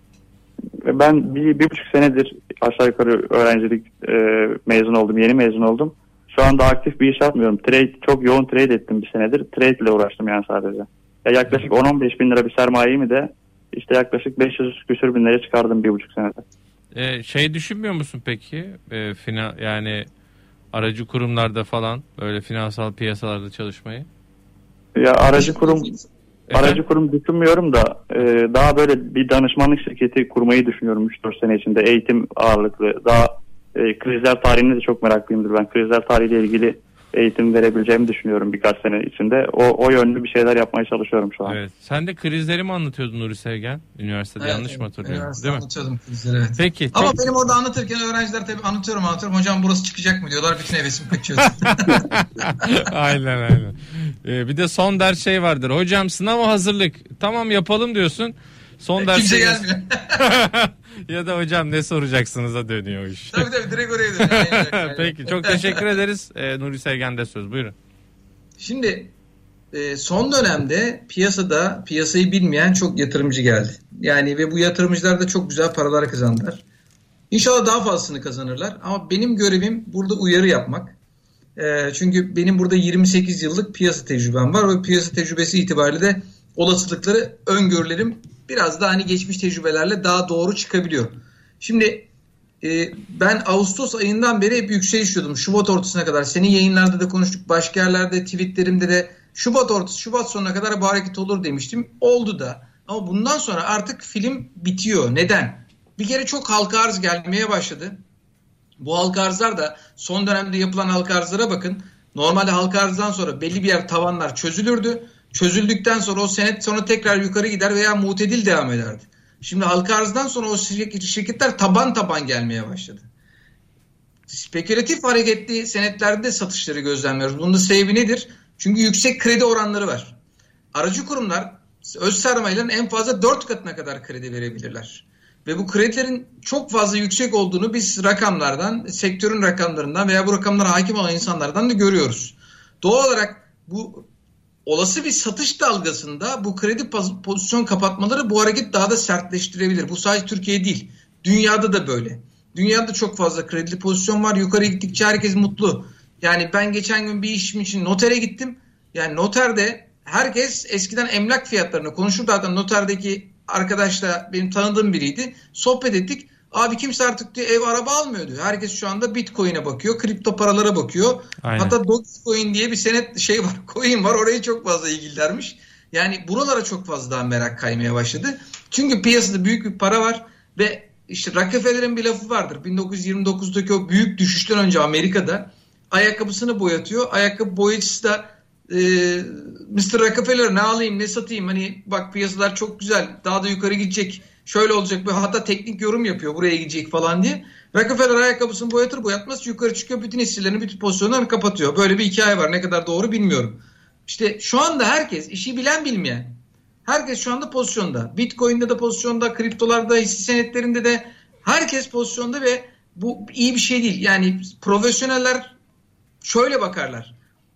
Ben bir, bir buçuk senedir aşağı yukarı öğrencilik e, mezun oldum. Yeni mezun oldum. Şu anda aktif bir iş yapmıyorum. Trade, çok yoğun trade ettim bir senedir. Trade ile uğraştım yani sadece. Ya yaklaşık on on beş bin lira bir sermayemi de işte yaklaşık beş yüz küsür bin liraya çıkardım bir buçuk senede. Ee, şey düşünmüyor musun peki? Ee, fina, yani aracı kurumlarda falan böyle finansal piyasalarda çalışmayı? Ya aracı kurum Efendim? aracı kurum düşünmüyorum da e, daha böyle bir danışmanlık şirketi kurmayı düşünüyorum üç dört sene içinde. Eğitim ağırlıklı. Daha e, krizler tarihine de çok meraklıyımdır ben. Krizler tarihiyle ilgili eğitim verebileceğimi düşünüyorum birkaç sene içinde. O, o yönlü bir şeyler yapmaya çalışıyorum şu an. Evet. Sen de krizleri mi anlatıyordun Nuri Sevgen? Üniversitede evet, yanlış mı hatırlıyorum? Değil mi? Anlatıyordum krizleri, evet. Peki. Ama çok... benim orada anlatırken öğrenciler tabii anlatıyorum anlatıyorum. Hocam burası çıkacak mı diyorlar. Bütün hevesim kaçıyor. Aynen aynen. Ee, bir de son ders şey vardır. Hocam sınava hazırlık. Tamam yapalım diyorsun. Son ders kimse gelmiyor. Ya da hocam ne soracaksınız'a dönüyor iş. Tabii tabii direkt oraya dönüyor. Peki çok teşekkür ederiz. Ee, Nuri Sevgen'de söz buyurun. Şimdi e, son dönemde piyasada piyasayı bilmeyen çok yatırımcı geldi. Yani ve bu yatırımcılar da çok güzel paralar kazandılar. İnşallah daha fazlasını kazanırlar. Ama benim görevim burada uyarı yapmak. E, çünkü benim burada yirmi sekiz yıllık piyasa tecrübem var. O piyasa tecrübesi itibariyle de olasılıkları, öngörülerim biraz daha hani geçmiş tecrübelerle daha doğru çıkabiliyor. Şimdi e, ben Ağustos ayından beri hep yükseliş diyordum. Şubat ortasına kadar. Senin yayınlarda da konuştuk. Başka yerlerde, tweetlerimde de Şubat ortası, Şubat sonuna kadar bu hareket olur demiştim. Oldu da. Ama bundan sonra artık film bitiyor. Neden? Bir kere çok halka arz gelmeye başladı. Bu halka arzlar da son dönemde yapılan halka arzlara bakın. Normalde halka arzdan sonra belli bir yer tavanlar çözülürdü. Çözüldükten sonra o senet sonra tekrar yukarı gider veya mutedil devam ederdi. Şimdi halka arzdan sonra o şirketler taban taban gelmeye başladı. Spekülatif hareketli senetlerde de satışları gözlemliyoruz. Bunun da sebebi nedir? Çünkü yüksek kredi oranları var. Aracı kurumlar öz sermayelerin en fazla dört katına kadar kredi verebilirler. Ve bu kredilerin çok fazla yüksek olduğunu biz rakamlardan, sektörün rakamlarından veya bu rakamlara hakim olan insanlardan da görüyoruz. Doğal olarak bu olası bir satış dalgasında bu kredi pozisyon kapatmaları bu hareketi daha da sertleştirebilir. Bu sadece Türkiye değil, dünyada da böyle. Dünyada çok fazla kredili pozisyon var. Yukarı gittikçe herkes mutlu. Yani ben geçen gün bir işim için notere gittim. Yani noterde herkes eskiden emlak fiyatlarını konuşurdu. Zaten noterdeki arkadaşla benim tanıdığım biriydi. Sohbet ettik. Abi kimse artık diyor, ev araba almıyor diyor. Herkes şu anda Bitcoin'e bakıyor. Kripto paralara bakıyor. Aynen. Hatta Dogecoin diye bir senet şey var. Coin var. Oraya çok fazla ilgilenmiş. Yani buralara çok fazla daha merak kaymaya başladı. Çünkü piyasada büyük bir para var ve işte Rockefeller'in bir lafı vardır. bin dokuz yüz yirmi dokuzdaki o büyük düşüşten önce Amerika'da ayakkabısını boyatıyor. Ayakkabı boyacısı da e, mister Rockefeller ne alayım ne satayım, hani bak piyasalar çok güzel, daha da yukarı gidecek, şöyle olacak, hatta teknik yorum yapıyor buraya gidecek falan diye. Rockefeller ayakkabısını boyatır boyatmaz yukarı çıkıyor, bütün hisselerini, bütün pozisyonlarını kapatıyor. Böyle bir hikaye var, ne kadar doğru bilmiyorum. İşte şu anda herkes, işi bilen bilmeyen, herkes şu anda pozisyonda. Bitcoin'de de pozisyonda, kriptolarda, hisse senetlerinde de herkes pozisyonda ve bu iyi bir şey değil. Yani profesyoneller şöyle bakarlar.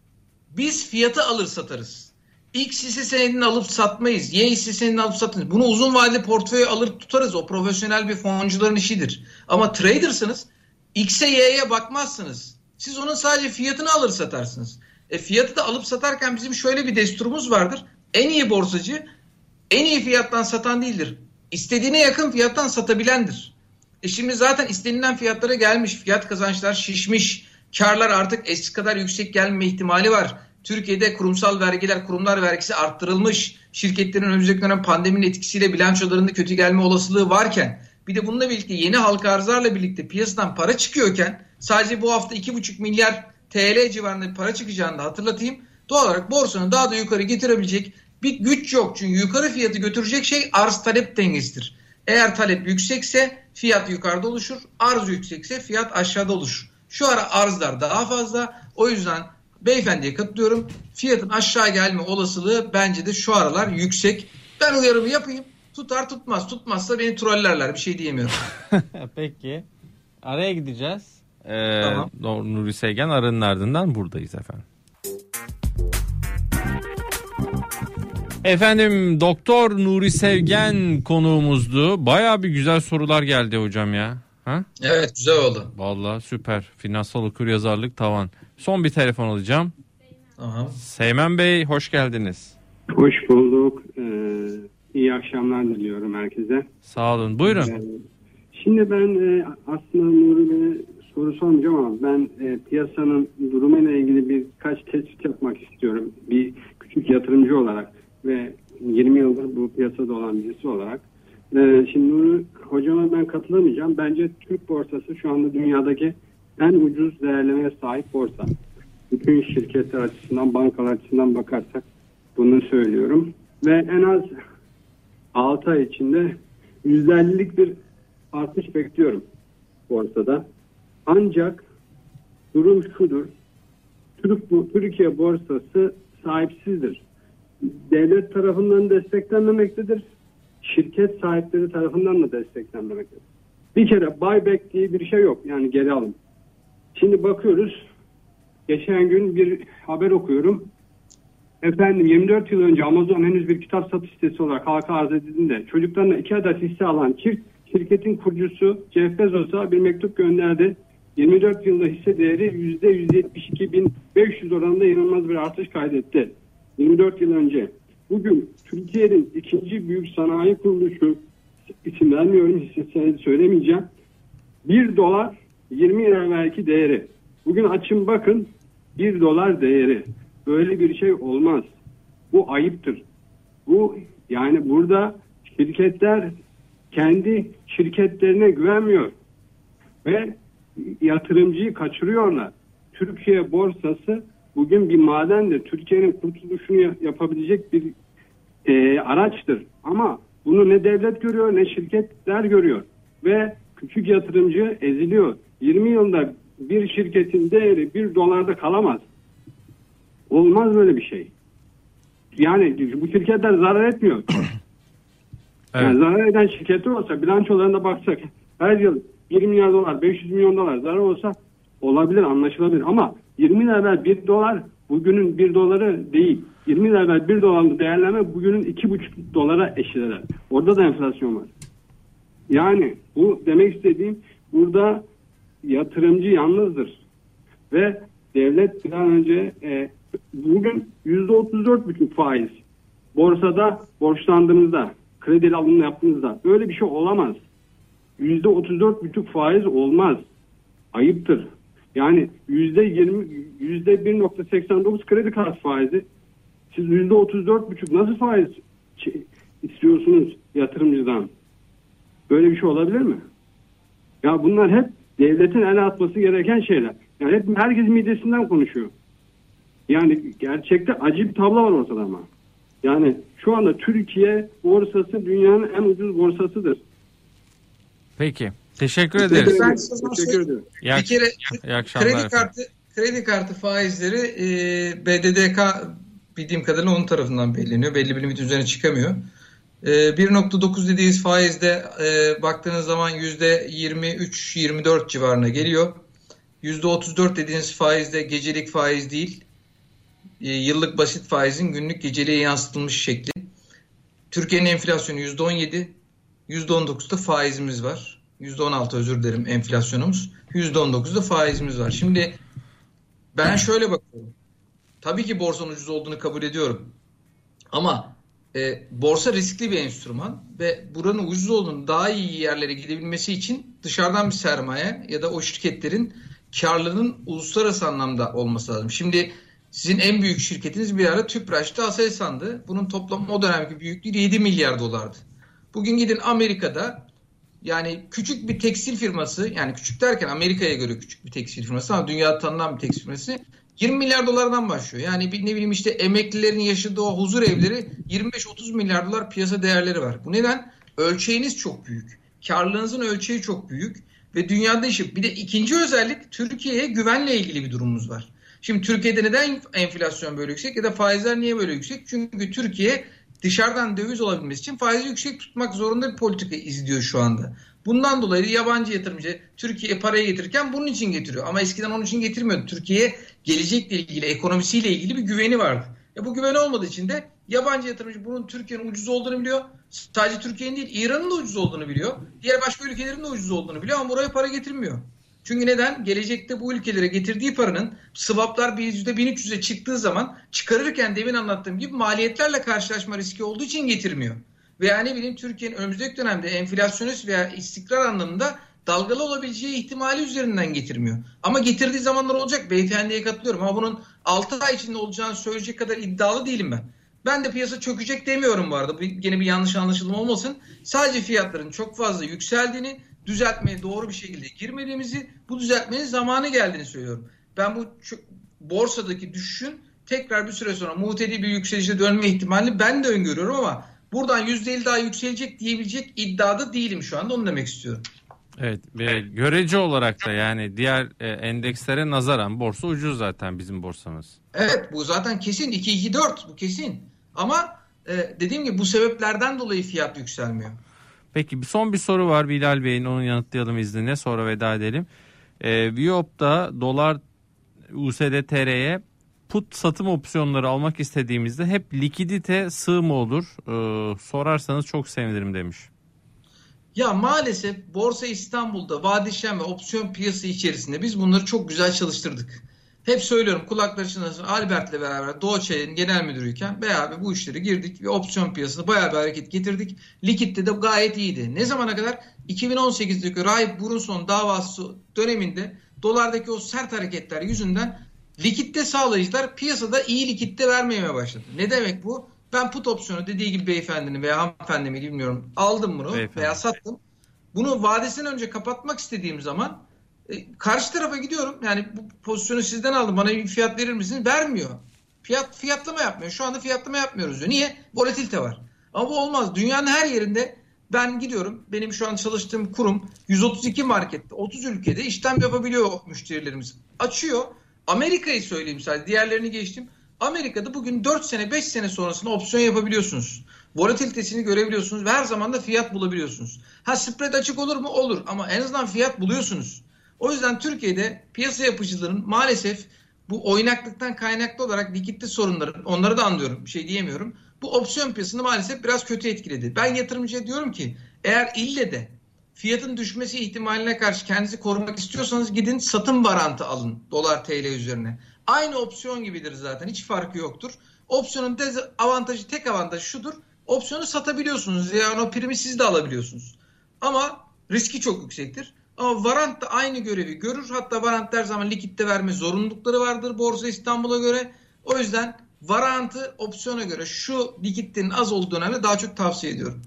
Biz fiyatı alır satarız. X hisse senedini alıp satmayız. Y hisse senedini alıp satmayız. Bunu uzun vadeli portföye alır tutarız. O profesyonel bir foncuların işidir. Ama tradersınız. X'e Y'ye bakmazsınız. Siz onun sadece fiyatını alır satarsınız. E fiyatı da alıp satarken bizim şöyle bir desturumuz vardır. En iyi borsacı en iyi fiyattan satan değildir. İstediğine yakın fiyattan satabilendir. E şimdi zaten istenilen fiyatlara gelmiş. Fiyat kazançlar şişmiş. Karlar artık eski kadar yüksek gelmeme ihtimali var. Türkiye'de kurumsal vergiler, kurumlar vergisi arttırılmış. Şirketlerin önümüzdeki dönem pandeminin etkisiyle bilançolarında kötü gelme olasılığı varken, bir de bununla birlikte yeni halka arzlarla birlikte piyasadan para çıkıyorken, sadece bu hafta iki buçuk milyar T L civarında bir para çıkacağını da hatırlatayım. Doğal olarak borsanın daha da yukarı getirebilecek bir güç yok. Çünkü yukarı fiyatı götürecek şey arz talep dengesidir. Eğer talep yüksekse fiyat yukarıda oluşur. Arz yüksekse fiyat aşağıda oluşur. Şu ara arzlar daha fazla. O yüzden beyefendiye katılıyorum. Fiyatın aşağı gelme olasılığı bence de şu aralar yüksek. Ben uyarımı yapayım. Tutar tutmaz. Tutmazsa beni trollerler. Bir şey diyemiyorum. Peki. Araya gideceğiz. Ee, tamam. Nuri Sevgen aranın ardından buradayız efendim. Efendim Doktor Nuri Sevgen konuğumuzdu. Bayağı bir güzel sorular geldi hocam ya. Ha? Evet, güzel oldu. Vallahi süper. Finansal okuryazarlık tavan. Son bir telefon alacağım. Aha. Seymen Bey hoş geldiniz. Hoş bulduk. Ee, iyi akşamlar diliyorum herkese. Sağ olun. Buyurun. Ee, şimdi ben e, aslında Nuri Bey'e soru sormayacağım ama ben e, piyasanın durumuyla ilgili birkaç tespit yapmak istiyorum. Bir küçük yatırımcı olarak ve yirmi yıldır bu piyasada olan birisi olarak. Ee, şimdi Nuri hocama ben katılamayacağım. Bence Türk borsası şu anda dünyadaki en ucuz değerlemeye sahip borsa. Bütün şirketler açısından, bankalar açısından bakarsak bunu söylüyorum. Ve en az altı ay içinde yüzde ellilik bir artış bekliyorum borsada. Ancak durum şudur. Türk, Türkiye borsası sahipsizdir. Devlet tarafından desteklenmemektedir. Şirket sahipleri tarafından da desteklenmemektedir. Bir kere buyback diye bir şey yok. Yani geri alım. Şimdi bakıyoruz. Geçen gün bir haber okuyorum. Efendim yirmi dört yıl önce Amazon henüz bir kitap satış sitesi olarak halka arz edildiğinde çocuklarına iki adet hisse alan çift şirketin kurucusu Jeff Bezos'a bir mektup gönderdi. yirmi dört yılda hisse değeri yüzde yüz yetmiş iki bin beş yüz oranında inanılmaz bir artış kaydetti. yirmi dört yıl önce. Bugün Türkiye'nin ikinci büyük sanayi kuruluşu, isim vermiyorum, hisse söylemeyeceğim. bir dolar yirmi yıl evvelki değeri. Bugün açın bakın, bir dolar değeri. Böyle bir şey olmaz. Bu ayıptır. Bu yani burada şirketler kendi şirketlerine güvenmiyor ve yatırımcıyı kaçırıyorlar. Türkiye borsası bugün bir madendir. Türkiye'nin kurtuluşunu yapabilecek bir e, araçtır. Ama bunu ne devlet görüyor ne şirketler görüyor. Ve küçük yatırımcı eziliyor. yirmi yılda bir şirketin değeri bir dolarda kalamaz. Olmaz böyle bir şey. Yani bu şirketler zarar etmiyor. Evet. Yani zarar eden şirketler olsa bilançolarına baksak her yıl bir milyar dolar, beş yüz milyon dolar zarar olsa olabilir, anlaşılabilir. Ama yirmi yıl evvel bir dolar bugünün bir doları değil. yirmi yıl evvel bir dolarlık değerleme bugünün iki buçuk dolara eşit. Orada da enflasyon var. Yani bu demek istediğim, burada yatırımcı yalnızdır. Ve devlet bir an önce e, bugün yüzde otuz dört buçuk faiz borsada borçlandığınızda, kredi alımını yaptığınızda böyle bir şey olamaz. yüzde otuz dört buçuk faiz olmaz. Ayıptır. Yani yüzde yirmi, yüzde bir nokta seksen dokuz kredi kartı faizi. Siz yüzde otuz dört buçuk nasıl faiz istiyorsunuz yatırımcıdan? Böyle bir şey olabilir mi? Ya bunlar hep devletin el atması gereken şeyler. Yani hep herkes midesinden konuşuyor. Yani gerçekte acı bir tablo var ortada ama. Yani şu anda Türkiye borsası dünyanın en ucuz borsasıdır. Peki. Teşekkür ederiz. Ben Teşekkür ederim. Bir kere iyi akşamlar kredi kartı kredi kartı faizleri e, B D D K bildiğim kadarıyla onun tarafından belirleniyor. Belli bir limit üzerine çıkamıyor. E, bir nokta dokuz dediğiniz faizde e, baktığınız zaman yüzde yirmi üç yirmi dört civarına geliyor. yüzde otuz dört dediğiniz faizde gecelik faiz değil. E, yıllık basit faizin günlük geceliğe yansıtılmış şekli. Türkiye'nin enflasyonu yüzde on yedi. yüzde on dokuzda faizimiz var. yüzde on altı özür dilerim enflasyonumuz. yüzde on dokuzda faizimiz var. Şimdi ben şöyle bakıyorum. Tabii ki borsanın ucuz olduğunu kabul ediyorum. Ama e, borsa riskli bir enstrüman ve buranın ucuz olduğunu, daha iyi yerlere gidebilmesi için dışarıdan bir sermaye ya da o şirketlerin karlılığının uluslararası anlamda olması lazım. Şimdi sizin en büyük şirketiniz bir ara Tüpraş'ta Aselsan'dı. Bunun toplam o dönemki büyüklüğü yedi milyar dolardı. Bugün gidin Amerika'da, yani küçük bir tekstil firması, yani küçük derken Amerika'ya göre küçük bir tekstil firması ama dünyada tanınan bir tekstil firması yirmi milyar dolardan başlıyor. Yani bir, ne bileyim işte emeklilerin yaşadığı o huzur evleri yirmi beş otuz milyar dolar piyasa değerleri var. Bu neden? Ölçeğiniz çok büyük. Karlılığınızın ölçeği çok büyük ve dünyada işi. Bir de ikinci özellik, Türkiye'ye güvenle ilgili bir durumumuz var. Şimdi Türkiye'de neden enflasyon böyle yüksek ya da faizler niye böyle yüksek? Çünkü Türkiye dışarıdan döviz olabilmesi için faizi yüksek tutmak zorunda bir politika izliyor şu anda. Bundan dolayı yabancı yatırımcı Türkiye'ye parayı getirirken bunun için getiriyor. Ama eskiden onun için getirmiyordu. Türkiye'ye gelecekle ilgili, ekonomisiyle ilgili bir güveni vardı. E bu güven olmadığı için de yabancı yatırımcı bunun Türkiye'nin ucuz olduğunu biliyor. Sadece Türkiye'nin değil, İran'ın da ucuz olduğunu biliyor. Diğer başka ülkelerin de ucuz olduğunu biliyor ama buraya para getirmiyor. Çünkü neden? Gelecekte bu ülkelere getirdiği paranın swaplar yüzde bin üç yüze çıktığı zaman çıkarırken demin anlattığım gibi maliyetlerle karşılaşma riski olduğu için getirmiyor. Veya ne bileyim Türkiye'nin önümüzdeki dönemde enflasyonist veya istikrar anlamında dalgalı olabileceği ihtimali üzerinden getirmiyor. Ama getirdiği zamanlar olacak. Beyefendiye katılıyorum ama bunun altı ay içinde olacağını söyleyecek kadar iddialı değilim ben. Ben de piyasa çökecek demiyorum bu arada. Gene bir yanlış anlaşılma olmasın. Sadece fiyatların çok fazla yükseldiğini, düzeltmeye doğru bir şekilde girmediğimizi, bu düzeltmenin zamanı geldiğini söylüyorum. Ben bu borsadaki düşüşün tekrar bir süre sonra muhtedi bir yükselişe dönme ihtimalini ben de öngörüyorum ama buradan yüzde elli daha yükselecek diyebilecek iddiada değilim şu anda, onu demek istiyorum. Evet, ve görece olarak da yani diğer e, endekslere nazaran borsa ucuz zaten bizim borsamız. Evet, bu zaten kesin iki iki dört, bu kesin. Ama e, dediğim gibi bu sebeplerden dolayı fiyat yükselmiyor. Peki son bir soru var Bilal Bey'in, onu yanıtlayalım izninle, sonra veda edelim. E, Viyop'ta dolar U S D T R'ye put satım opsiyonları almak istediğimizde hep likidite sığ mı olur? E, sorarsanız çok sevinirim demiş. Ya maalesef Borsa İstanbul'da vadişen ve opsiyon piyasası içerisinde biz bunları çok güzel çalıştırdık. Hep söylüyorum, kulakları çınlasın, Albert'le beraber Doğuçay'ın genel müdürüyken beraber bu işlere girdik ve opsiyon piyasasına bayağı bir hareket getirdik. Likitte de gayet iyiydi. Ne zamana kadar? iki bin on sekizdeki Rahip Brunson davası döneminde dolardaki o sert hareketler yüzünden likitte sağlayıcılar piyasada iyi likitte vermemeye başladı. Ne demek bu? Ben put opsiyonu dediği gibi beyefendinin veya hanımefendi mi bilmiyorum aldım bunu Beyefendi. veya sattım. Bunu vadesinden önce kapatmak istediğim zaman e, karşı tarafa gidiyorum. Yani bu pozisyonu sizden aldım, bana bir fiyat verir misiniz? Vermiyor. Fiyat fiyatlama yapmıyor. Şu anda fiyatlama yapmıyoruz diyor. Niye? Volatilite var. Ama bu olmaz. Dünyanın her yerinde ben gidiyorum. Benim şu an çalıştığım kurum yüz otuz iki markette otuz ülkede işlem yapabiliyor müşterilerimiz. Açıyor. Amerika'yı söyleyeyim sadece. Diğerlerini geçtim. Amerika'da bugün dört sene beş sene sonrasında opsiyon yapabiliyorsunuz. Volatilitesini görebiliyorsunuz ve her zaman da fiyat bulabiliyorsunuz. Ha, spread açık olur mu? Olur, ama en azından fiyat buluyorsunuz. O yüzden Türkiye'de piyasa yapıcıların maalesef bu oynaklıktan kaynaklı olarak likitte sorunları, onları da anlıyorum, bir şey diyemiyorum. Bu opsiyon piyasasını maalesef biraz kötü etkiledi. Ben yatırımcıya diyorum ki eğer ille de fiyatın düşmesi ihtimaline karşı kendinizi korumak istiyorsanız gidin satım varantı alın dolar T L üzerine. Aynı opsiyon gibidir zaten, hiç farkı yoktur. Opsiyonun avantajı, tek avantajı şudur: opsiyonu satabiliyorsunuz, yani o primi siz de alabiliyorsunuz. Ama riski çok yüksektir. Ama varant da aynı görevi görür. Hatta varant her zaman likitte verme zorunlulukları vardır Borsa İstanbul'a göre. O yüzden varantı opsiyona göre şu likiditenin az olduğu dönemde daha çok tavsiye ediyorum.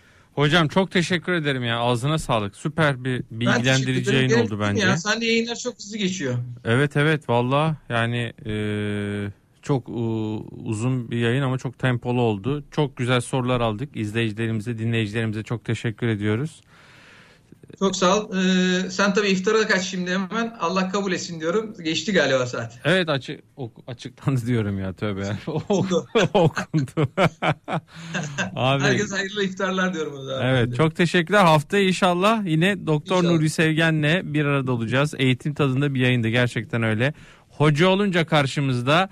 Hocam çok teşekkür ederim ya, ağzına sağlık. Süper bir bilgilendirici yayın Gerek oldu bence. Ya, sen de yayınlar çok hızlı geçiyor. Evet evet valla yani e, çok e, uzun bir yayın ama çok tempolu oldu. Çok güzel sorular aldık. İzleyicilerimize, dinleyicilerimize çok teşekkür ediyoruz. Çok sağ ol. Ee, sen tabii iftara kaç şimdi hemen. Allah kabul etsin diyorum. Geçti galiba saat. Evet, açık ok, açıklandı diyorum ya, tövbe. Okundu. Okundu. Abi, herkes hayırlı iftarlar diyorum o zaman. Evet, çok teşekkürler. Haftaya inşallah yine Doktor İnşallah. Nuri Sevgen'le bir arada olacağız. Eğitim tadında bir yayındı, gerçekten öyle. Hoca olunca karşımızda,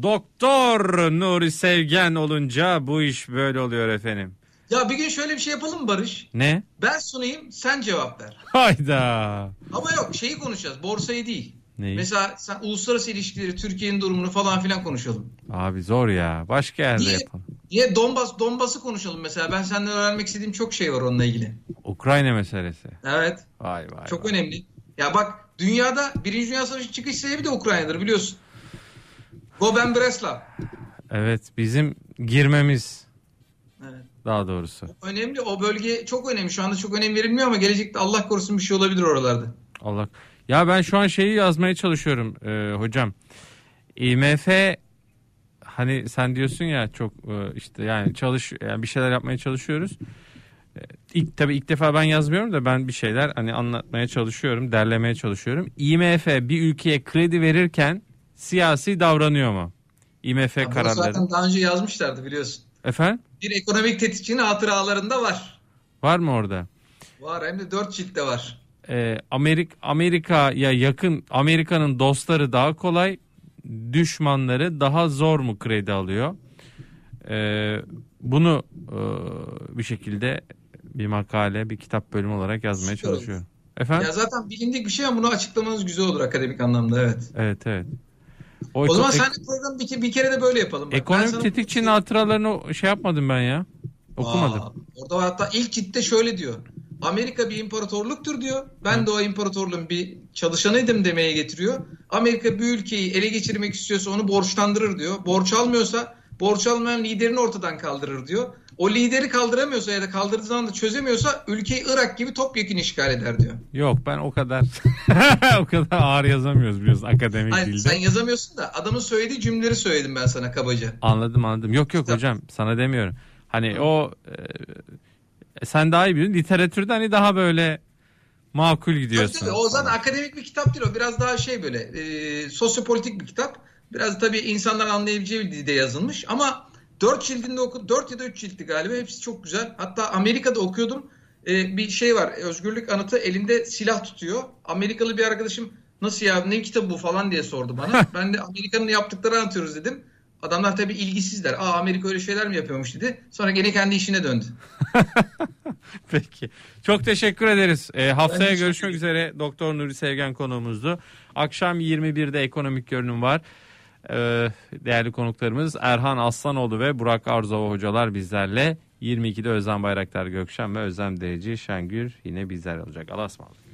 Doktor Nuri Sevgen olunca bu iş böyle oluyor efendim. Ya bir gün şöyle bir şey yapalım mı Barış? Ne? Ben sunayım, sen cevap ver. Hayda. Ama yok, şeyi konuşacağız, borsayı değil. Neyi? Mesela sen uluslararası ilişkileri, Türkiye'nin durumunu falan filan konuşalım. Abi zor ya, başka yerde niye, yapalım. Niye Donbas, Donbas'ı konuşalım mesela, ben senden öğrenmek istediğim çok şey var onunla ilgili. Ukrayna meselesi. Evet. Vay vay. Çok vay. önemli. Ya bak, dünyada Birinci Dünya Savaşı çıkış sebebi de Ukrayna'dır, biliyorsun. Goben Breslav. Evet, bizim girmemiz. Evet. Daha doğrusu. O önemli, o bölge çok önemli. Şu anda çok önem verilmiyor ama gelecekte Allah korusun bir şey olabilir oralarda. Allah. Ya ben şu an şeyi yazmaya çalışıyorum e, hocam. I M F, hani sen diyorsun ya çok e, işte yani çalış yani bir şeyler yapmaya çalışıyoruz. E, ilk tabii ilk defa ben yazmıyorum da ben bir şeyler hani anlatmaya çalışıyorum, derlemeye çalışıyorum. I M F bir ülkeye kredi verirken siyasi davranıyor mu? I M F Ama kararları. zaten daha önce yazmışlardı, biliyorsun. Efendim? Bir ekonomik tetikçinin hatıralarında var. Var mı orada? Var, hem de dört ciltte var. Ee, Amerika Amerika'ya yakın, Amerika'nın dostları daha kolay, düşmanları daha zor mu kredi alıyor? Ee, bunu e, bir şekilde bir makale, bir kitap bölümü olarak yazmaya Süper çalışıyorum. Olur. Efendim? Ya zaten bilindik bir şey ama bunu açıklamanız güzel olur akademik anlamda, evet. Evet evet. O, o zaman ek- sen de programı bir, bir kere de böyle yapalım. Bak. Ekonomik tetikçinin hatıralarını şey yapmadım ben ya. Okumadım. Aa, orada hatta ilk ciltte şöyle diyor. Amerika bir imparatorluktur diyor. Ben Hı. de o imparatorluğun bir çalışanıydım demeye getiriyor. Amerika bir ülkeyi ele geçirmek istiyorsa onu borçlandırır diyor. Borç almıyorsa borç almayan liderini ortadan kaldırır diyor. O lideri kaldıramıyorsa ya da kaldırdığı zaman da çözemiyorsa ülkeyi Irak gibi topyekun işgal eder diyor. Yok, ben o kadar o kadar ağır yazamıyoruz biliyorsun akademik Hayır, dilde. Sen yazamıyorsun da adamın söylediği cümleleri söyledim ben sana kabaca. Anladım anladım. Yok yok Kitap. Hocam sana demiyorum. Hani Hı. o e, sen daha iyi biliyorsun. Literatürde hani daha böyle makul gidiyorsun. Tabii, tabii. O zaten akademik bir kitap değil, o biraz daha şey böyle e, sosyopolitik bir kitap. Biraz tabii insanların anlayabileceği bir dilde yazılmış ama dört cildinde oku, dört ya da üç ciltti galiba, hepsi çok güzel. Hatta Amerika'da okuyordum, e, bir şey var, Özgürlük Anıtı, elinde silah tutuyor. Amerikalı bir arkadaşım nasıl ya, ne kitabı bu falan diye sordu bana. Ben de Amerika'nın yaptıkları anlatıyoruz dedim. Adamlar tabii ilgisizler. Aa, Amerika öyle şeyler mi yapıyormuş dedi. Sonra gene kendi işine döndü. Peki. Çok teşekkür ederiz. E, haftaya görüşmek üzere. Doktor Nuri Sevgen konuğumuzdu. Akşam yirmi birde ekonomik görünüm var. E, değerli konuklarımız Erhan Aslanoğlu ve Burak Arzova hocalar bizlerle. yirmi ikide Özlem Bayraktar Gökşen ve Özlem Dereci Şengür yine bizler olacak. Allah'a ısmarladık.